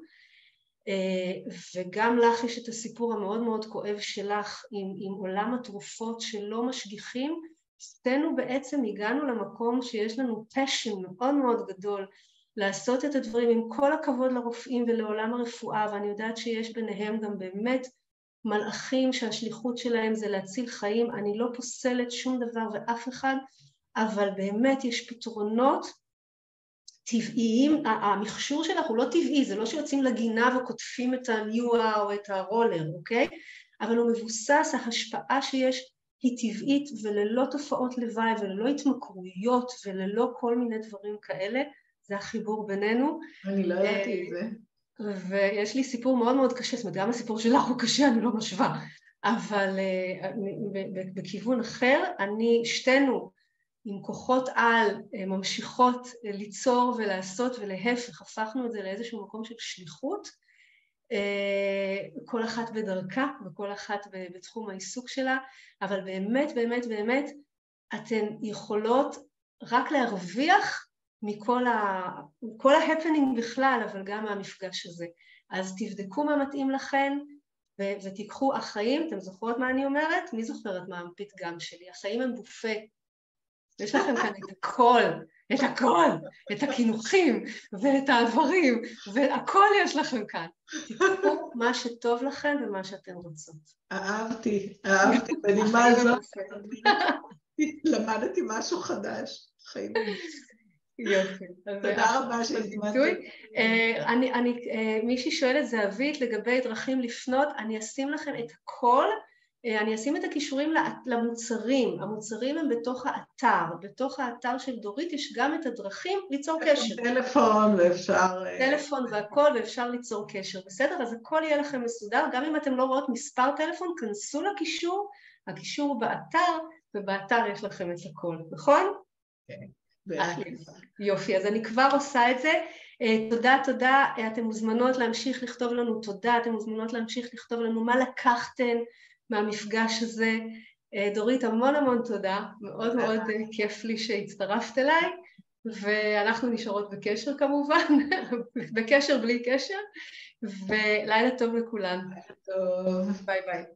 וגם לך יש את הסיפור המאוד מאוד כואב שלך עם, עם עולם התרופות שלא משגיחים, שתינו בעצם הגענו למקום שיש לנו passion מאוד מאוד גדול לעשות את הדברים עם כל הכבוד לרופאים ולעולם הרפואה, ואני יודעת שיש ביניהם גם באמת מלאכים שהשליחות שלהם זה להציל חיים, אני לא פוסלת שום דבר ואף אחד, אבל באמת יש פתרונות טבעיים, המכשור שלך הוא לא טבעי, זה לא שיוצאים לגינה וכותפים את הניוע או את הרולר, אוקיי? אבל הוא מבוסס, ההשפעה שיש היא טבעית וללא תופעות לוואי וללא התמכרויות וללא כל מיני דברים כאלה, זה החיבור בינינו. אני לא ידעתי את זה. ויש לי סיפור מאוד מאוד קשה, זאת אומרת, גם הסיפור שלך הוא קשה, אני לא משווה, אבל בכיוון אחר, אני, שתינו עם כוחות על ממשיכות ליצור ולעשות ולהפך, הפכנו את זה לאיזשהו מקום של שליחות, כל אחת בדרכה וכל אחת בתחום העיסוק שלה, אבל באמת, באמת, באמת, אתן יכולות רק להרוויח מכל ה... כל ההפנינג בכלל, אבל גם מהמפגש הזה. אז תבדקו מה מתאים לכן, ו- ותיקחו החיים, אתם זוכרות מה אני אומרת? מי זוכרת מה הפתגם שלי? החיים הם בופה. יש לכם כאן את הכל, את הכל, את הכינוחים ואת הדברים, והכל יש לכם כאן. תיקחו מה שטוב לכם ומה שאתן רוצות. אהבתי, אהבתי, בנימה הזאת, למדתי משהו חדש, חיים. יופי. תודה רבה שהזמנתי. מישהי שואלת, זהבית, לגבי דרכים לפנות, אני אשים לכם את הכל, אני אשים את הכישורים למוצרים, המוצרים הם בתוך האתר, בתוך האתר של דורית יש גם את הדרכים ליצור קשר. טלפון ואפשר... טלפון והכל ואפשר ליצור קשר, בסדר? אז הכל יהיה לכם מסודר, גם אם אתם לא רואות מספר טלפון, כנסו לקישור, הקישור הוא באתר, ובאתר יש לכם את הכל, נכון? כן. יופי, אז אני כבר עושה את זה. תודה, תודה, אתם מוזמנות להמשיך לכתוב לנו תודה, אתם מוזמנות להמשיך לכתוב לנו מה לקחתן מהמפגש הזה. דורית, המון המון תודה, מאוד מאוד כיף לי שהצטרפת אליי, ואנחנו נשארות בקשר כמובן, בקשר בלי קשר, ולילה טוב לכולן. לילה טוב. ביי ביי.